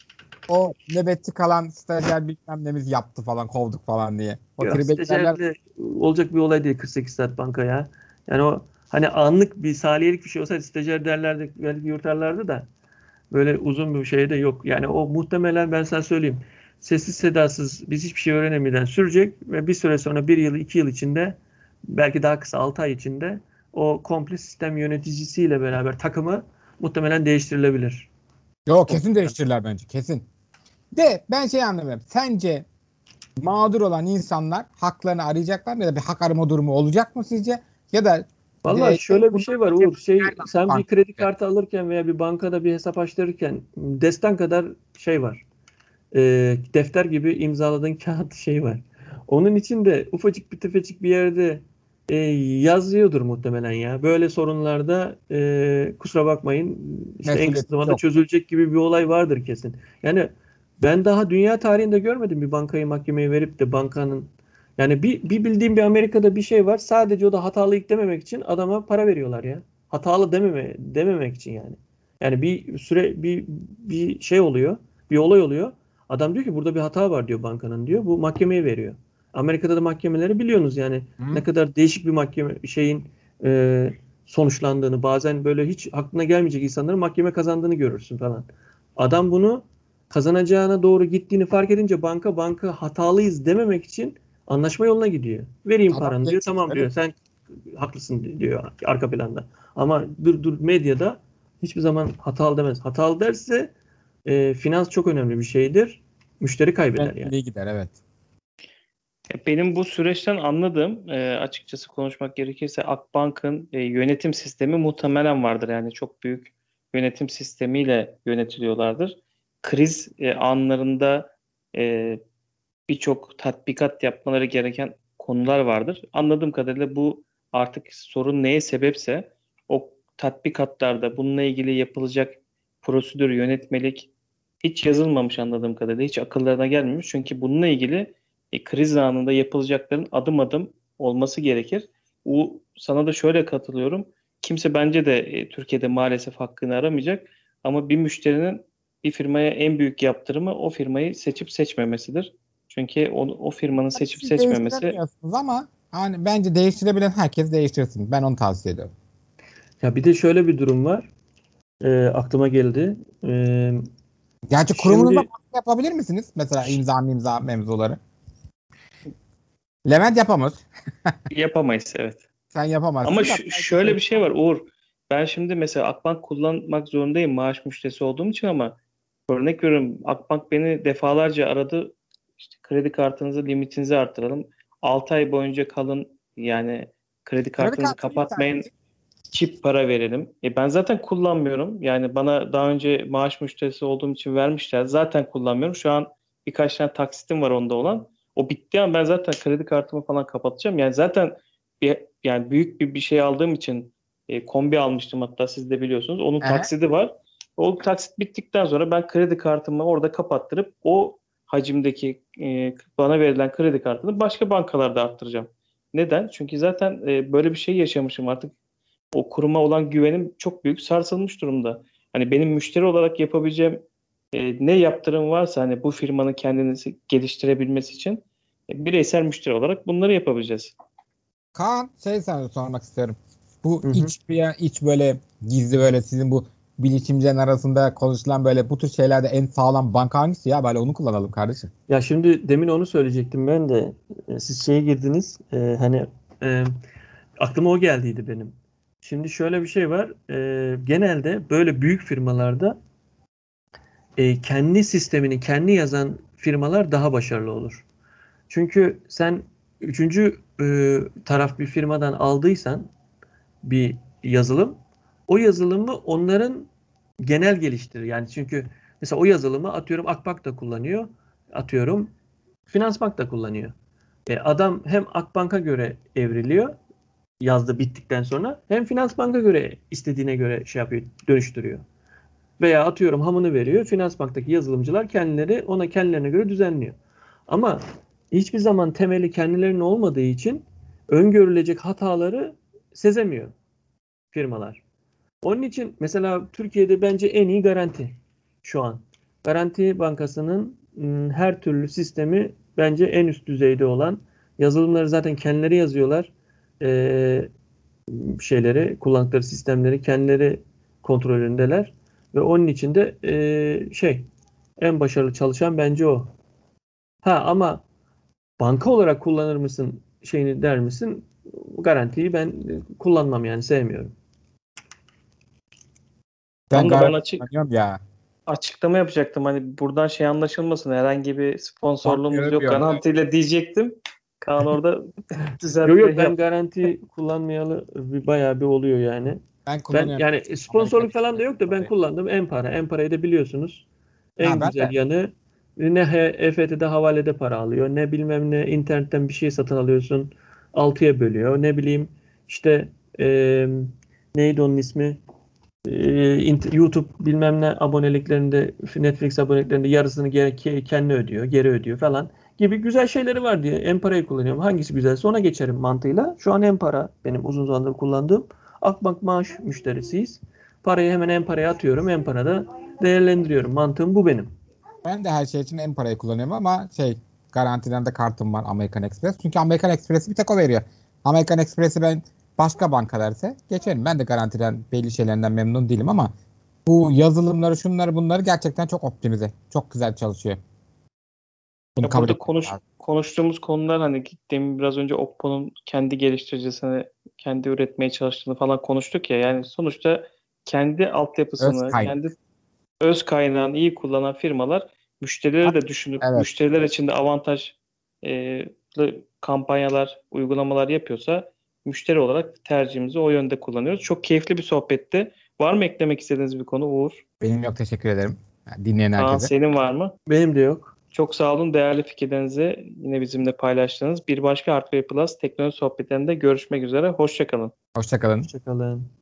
o nöbetçi kalan stajyer bilmem nemiz yaptı falan, kovduk falan diye. O Yok, tribe girerler. stajyerle olacak bir olay değil 48 saat banka ya. Yani o hani anlık bir saliyelik bir şey olsaydı stajyer derlerdi, belki yurtarlardı da böyle uzun bir şey de yok. Yani o muhtemelen ben sana söyleyeyim. Sessiz sedasız biz hiçbir şey öğrenemeden sürecek ve bir süre sonra bir yıl 2 yıl içinde belki daha kısa 6 ay içinde o komple sistem yöneticisiyle beraber takımı muhtemelen değiştirilebilir. Yok, kesin Komple. değiştirirler bence, kesin. De ben şey anlamıyorum. Sence mağdur olan insanlar haklarını arayacaklar mı, ya da bir hak arama durumu olacak mı sizce? Ya da Valla şöyle bir bundan şey var bir Uğur. Sen bir banka. kredi kartı alırken veya bir bankada bir hesap açtırırken destan kadar şey var. Defter gibi imzaladığın kağıt şey var. Onun için de ufacık bir tefecik bir yerde yazıyordur muhtemelen ya. Böyle sorunlarda kusura bakmayın işte en kısa Mesuliyetimiz zamanda yok. çözülecek gibi bir olay vardır kesin. Yani ben daha dünya tarihinde görmedim bir bankayı mahkemeye verip de bankanın yani bir bildiğim bir Amerika'da bir şey var. Sadece o da hatalıyık dememek için adama para veriyorlar ya. Hatalı dememek için yani. Yani bir süre bir şey oluyor. Bir olay oluyor. Adam diyor ki burada bir hata var diyor bankanın diyor. Bu mahkemeye veriyor. Amerika'da da mahkemeleri biliyorsunuz yani ne Hı? kadar değişik bir mahkeme şeyin e, sonuçlandığını bazen böyle hiç aklına gelmeyecek insanların mahkeme kazandığını görürsün falan. Adam bunu kazanacağına doğru gittiğini fark edince banka hatalıyız dememek için anlaşma yoluna gidiyor. Vereyim Adam paranı diyor. geçecek. Tamam diyor. Evet. Sen haklısın diyor arka planda. Ama dur medyada hiçbir zaman hatalı demez. Hatalı derse finans çok önemli bir şeydir. Müşteri kaybeder yani. Güvenliğe gider, evet. Benim bu süreçten anladığım açıkçası konuşmak gerekirse Akbank'ın yönetim sistemi muhtemelen vardır. Yani çok büyük yönetim sistemiyle yönetiliyorlardır. Kriz anlarında e, birçok tatbikat yapmaları gereken konular vardır. Anladığım kadarıyla bu artık sorun neye sebepse o tatbikatlarda bununla ilgili yapılacak prosedür, yönetmelik hiç yazılmamış anladığım kadarıyla. Hiç akıllarına gelmemiş. Çünkü bununla ilgili kriz anında yapılacakların adım adım olması gerekir. Sana da şöyle katılıyorum. Kimse bence de Türkiye'de maalesef hakkını aramayacak. Ama bir müşterinin bir firmaya en büyük yaptırımı o firmayı seçip seçmemesidir. Çünkü o firmanın Hani seçip siz seçmemesi değiştiremiyorsunuz ama hani bence değiştirebilen herkes değiştirsin. Ben onu tavsiye ediyorum. Ya bir de şöyle bir durum var. Aklıma geldi. Gerçi kurumunuzda Şimdi baskı yapabilir misiniz? Mesela imza mevzuları. Levent yapamaz. yapamayız, evet. Sen Ama yapamazsın da belki şöyle bir şey var Uğur. Ben şimdi mesela Akbank kullanmak zorundayım maaş müşterisi olduğum için ama örnek veriyorum Akbank beni defalarca aradı. İşte kredi kartınızı limitinizi arttıralım. 6 ay boyunca kalın yani kredi kredi kartınızı kartını kapatmayın. yükseltecek. Çip para verelim. Ben zaten kullanmıyorum. Yani bana daha önce maaş müşterisi olduğum için vermişler. Zaten kullanmıyorum. Şu an birkaç tane taksitim var onda olan. O bittiği an ben zaten kredi kartımı falan kapatacağım. Yani zaten yani büyük bir şey aldığım için kombi almıştım hatta siz de biliyorsunuz. Onun Ehe. taksidi var. O taksit bittikten sonra ben kredi kartımı orada kapattırıp o hacimdeki bana verilen kredi kartını başka bankalarda arttıracağım. Neden? Çünkü zaten böyle bir şey yaşamışım artık o kuruma olan güvenim çok büyük sarsılmış durumda. Hani benim müşteri olarak yapabileceğim ne yaptırım varsa hani bu firmanın kendini geliştirebilmesi için bireysel müşteri olarak bunları yapabileceğiz. Kaan, sana sormak istiyorum. Bu hı hı. iç böyle gizli, böyle sizin bu bilişimcilerin arasında konuşulan böyle bu tür şeylerde en sağlam banka hangisi ya? Böyle onu kullanalım kardeşim. Ya şimdi demin onu söyleyecektim ben de. Siz şeye girdiniz. Hani e, aklıma o geldiydi benim. Şimdi şöyle bir şey var. Genelde böyle büyük firmalarda kendi sistemini kendi yazan firmalar daha başarılı olur. Çünkü sen üçüncü taraf bir firmadan aldıysan bir yazılım, o yazılımı onların genel geliştirir. Yani çünkü mesela o yazılımı atıyorum Akbank da kullanıyor, atıyorum Finansbank da kullanıyor. Adam hem Akbank'a göre evriliyor yazdı bittikten sonra hem Finansbank'a göre istediğine göre şey yapıyor, dönüştürüyor. Veya atıyorum hamını veriyor. Finansbank'taki yazılımcılar kendileri ona kendilerine göre düzenliyor. Ama hiçbir zaman temeli kendilerinin olmadığı için öngörülecek hataları sezemiyor firmalar. Onun için mesela Türkiye'de bence en iyi garanti şu an. Garanti Bankası'nın her türlü sistemi bence en üst düzeyde olan. Yazılımları zaten kendileri yazıyorlar. Kullandıkları sistemleri kendileri kontrolündeler. Ve onun için de en başarılı çalışan bence o. Ama banka olarak kullanır mısın der misin? Garantiyi ben kullanmam yani sevmiyorum. Tam da ben kullanıyorum ya. açıklama yapacaktım. Hani buradan anlaşılmasın. Herhangi bir sponsorluğumuz Bakıyorum yok diyorum. garantiyle diyecektim. Kaan orada düzeltme Yok ben yaptı. garanti kullanmayalı bayağı bir oluyor yani. Ben Ben kullanıyorum. yani sponsorluk falan da yok da ben kullandım Enpara. Enpara'yı da biliyorsunuz. En Ben güzel de. yanı ne EFT'de havalede para alıyor, ne bilmem ne internetten bir şey satın alıyorsun 6'ya bölüyor. Ne bileyim işte neydi onun ismi? YouTube bilmem ne aboneliklerinde, Netflix aboneliklerinde yarısını kendi ödüyor, geri ödüyor falan gibi güzel şeyleri var diye Empara'yı kullanıyorum. Hangisi güzelse ona geçerim mantığıyla. Şu an Empara benim uzun zamandır kullandığım. Akbank maaş müşterisiyiz. Parayı hemen Empara'ya atıyorum. Empara'da değerlendiriyorum. Mantığım bu benim. Ben de her şey için en parayı kullanıyorum ama garantiden de kartım var American Express. Çünkü American Express'i bir tek o veriyor. American Express'i ben başka bankalarsa geçerim. Ben de garantiden belli şeylerinden memnun değilim ama bu yazılımları şunları bunları gerçekten çok optimize. Çok güzel çalışıyor. Bunu Ya kabul burada etmek lazım. konuştuğumuz konular hani demin biraz önce Oppo'nun kendi geliştiricisini, kendi üretmeye çalıştığını falan konuştuk ya. Yani sonuçta kendi Öz altyapısını, kaynak. kendi öz kaynağını iyi kullanan firmalar müşterileri de düşünüp Evet. müşteriler için de avantajlı kampanyalar, uygulamalar yapıyorsa müşteri olarak tercihimizi o yönde kullanıyoruz. Çok keyifli bir sohbetti. Var mı eklemek istediğiniz bir konu Uğur? Benim yok, teşekkür ederim. Dinleyen Kaan herkese. senin var mı? Benim de yok. Çok sağ olun değerli fikirlerinizi yine bizimle paylaştınız. Bir başka Hardware Plus teknoloji sohbetlerinde görüşmek üzere. Hoşça kalın. Hoşça kalın. Hoşçakalın.